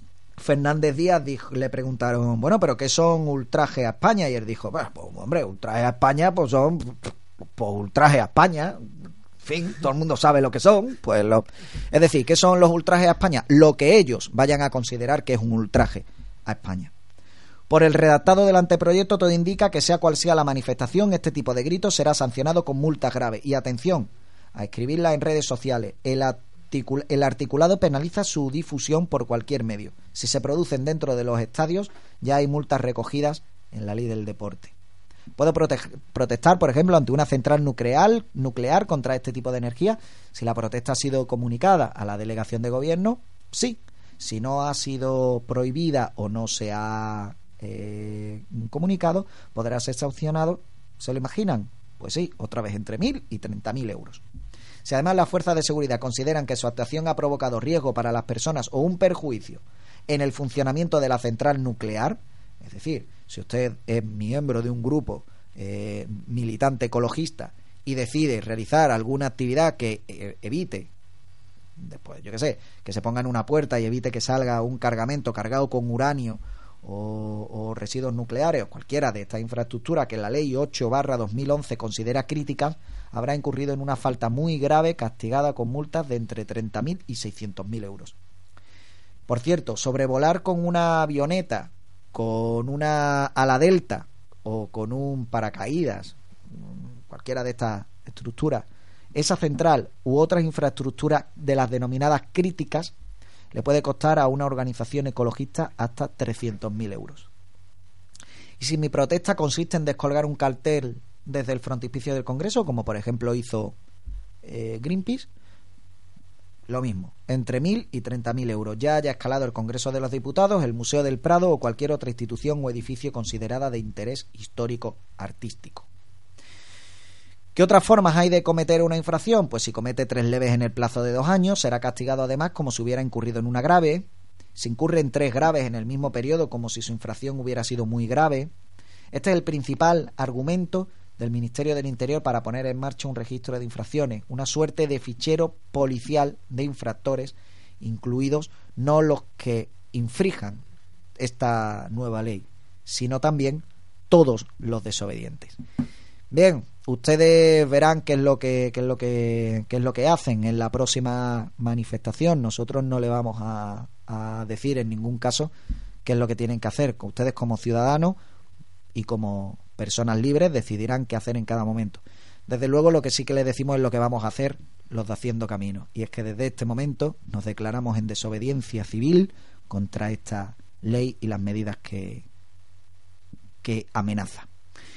Speaker 4: Fernández Díaz dijo, le preguntaron, bueno, pero ¿qué son ultrajes a España? Y él dijo, bueno, pues hombre, ultrajes a España pues son pues ultrajes a España. En fin, todo el mundo sabe lo que son. Pues lo... Es decir, ¿qué son los ultrajes a España? Lo que ellos vayan a considerar que es un ultraje a España. Por el redactado del anteproyecto, todo indica que sea cual sea la manifestación, este tipo de gritos será sancionado con multas graves. Y atención, a escribirla en redes sociales. El, articul- el articulado penaliza su difusión por cualquier medio. Si se producen dentro de los estadios, ya hay multas recogidas en la ley del deporte. ¿Puedo prote- protestar, por ejemplo, ante una central nuclear, nuclear contra este tipo de energía? Si la protesta ha sido comunicada a la delegación de gobierno, sí. Si no ha sido prohibida o no se ha eh, comunicado, podrá ser sancionado. ¿Se lo imaginan? Pues sí, otra vez entre mil y treinta mil euros. Si además las fuerzas de seguridad consideran que su actuación ha provocado riesgo para las personas o un perjuicio en el funcionamiento de la central nuclear, es decir, si usted es miembro de un grupo eh, militante ecologista y decide realizar alguna actividad que eh, evite, después, yo qué sé, que se ponga en una puerta y evite que salga un cargamento cargado con uranio o, o residuos nucleares o cualquiera de estas infraestructuras que la ley ocho barra dos mil once considera críticas, habrá incurrido en una falta muy grave castigada con multas de entre treinta mil y seiscientos mil euros. Por cierto, sobrevolar con una avioneta, con una ala delta o con un paracaídas, cualquiera de estas estructuras, esa central u otras infraestructuras de las denominadas críticas, le puede costar a una organización ecologista hasta trescientos mil euros. Y si mi protesta consiste en descolgar un cartel desde el frontispicio del Congreso, como por ejemplo hizo eh, Greenpeace, lo mismo, entre mil y treinta mil euros, ya haya escalado el Congreso de los Diputados, el Museo del Prado o cualquier otra institución o edificio considerada de interés histórico artístico. ¿Qué otras formas hay de cometer una infracción? Pues si comete tres leves en el plazo de dos años, será castigado además como si hubiera incurrido en una grave. Si incurre en tres graves en el mismo periodo, como si su infracción hubiera sido muy grave. Este es el principal argumento del Ministerio del Interior para poner en marcha un registro de infracciones, una suerte de fichero policial de infractores, incluidos no los que infrijan esta nueva ley, sino también todos los desobedientes. Bien, ustedes verán qué es lo que qué es lo que qué es lo que hacen en la próxima manifestación. Nosotros no le vamos a, a decir en ningún caso qué es lo que tienen que hacer. Ustedes como ciudadanos y como personas libres decidirán qué hacer en cada momento. Desde luego lo que sí que les decimos es lo que vamos a hacer los de Haciendo Camino, y es que desde este momento nos declaramos en desobediencia civil contra esta ley y las medidas que, que amenaza.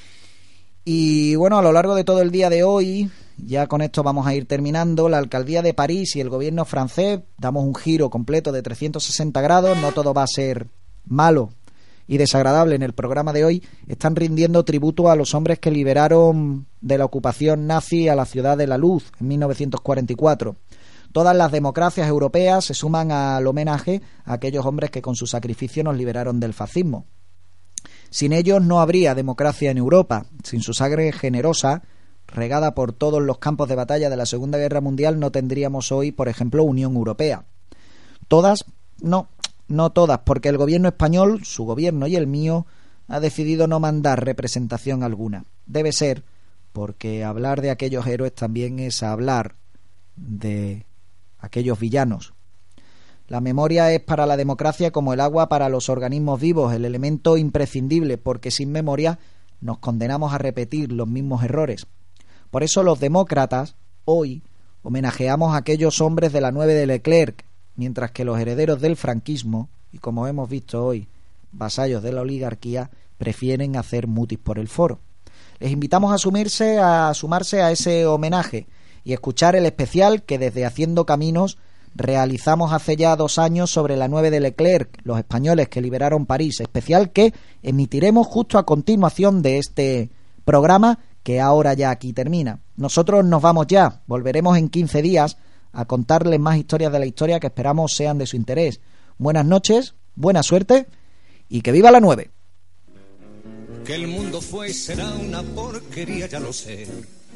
Speaker 4: Y bueno, a lo largo de todo el día de hoy, ya con esto vamos a ir terminando, la Alcaldía de París y el gobierno francés damos un giro completo de trescientos sesenta grados, no todo va a ser malo y desagradable en el programa de hoy. Están rindiendo tributo a los hombres que liberaron de la ocupación nazi a la Ciudad de la Luz en mil novecientos cuarenta y cuatro. Todas las democracias europeas se suman al homenaje a aquellos hombres que con su sacrificio nos liberaron del fascismo. Sin ellos no habría democracia en Europa. Sin su sangre generosa, regada por todos los campos de batalla de la Segunda Guerra Mundial, no tendríamos hoy, por ejemplo, Unión Europea. Todas, no, no todas, porque el gobierno español, su gobierno y el mío, ha decidido no mandar representación alguna. Debe ser porque hablar de aquellos héroes también es hablar de aquellos villanos. La memoria es para la democracia como el agua para los organismos vivos, el elemento imprescindible, porque sin memoria nos condenamos a repetir los mismos errores. Por eso los demócratas hoy homenajeamos a aquellos hombres de la nueve de Leclerc, mientras que los herederos del franquismo, y como hemos visto hoy, vasallos de la oligarquía, prefieren hacer mutis por el foro. Les invitamos a sumirse, a sumarse a ese homenaje y escuchar el especial que desde Haciendo Caminos realizamos hace ya dos años sobre la nueve de Leclerc, los españoles que liberaron París, especial que emitiremos justo a continuación de este programa que ahora ya aquí termina. Nosotros nos vamos ya, volveremos en quince días a contarles más historias de la historia que esperamos sean de su interés. Buenas noches, buena suerte y que viva la nueve.
Speaker 2: Que el mundo fue y será una porquería, ya lo sé.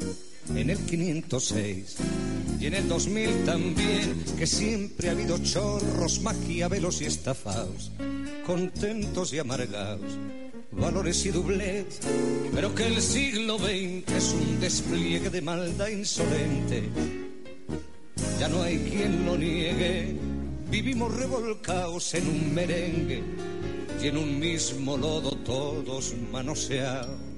Speaker 2: en el quinientos seis y en el dos mil también, que siempre ha habido chorros, maquiavelos y estafados, contentos y amargados, valores y doblez, pero que el siglo veinte es un despliegue de maldad insolente. Ya no hay quien lo niegue, vivimos revolcados en un merengue y en un mismo lodo todos manoseados.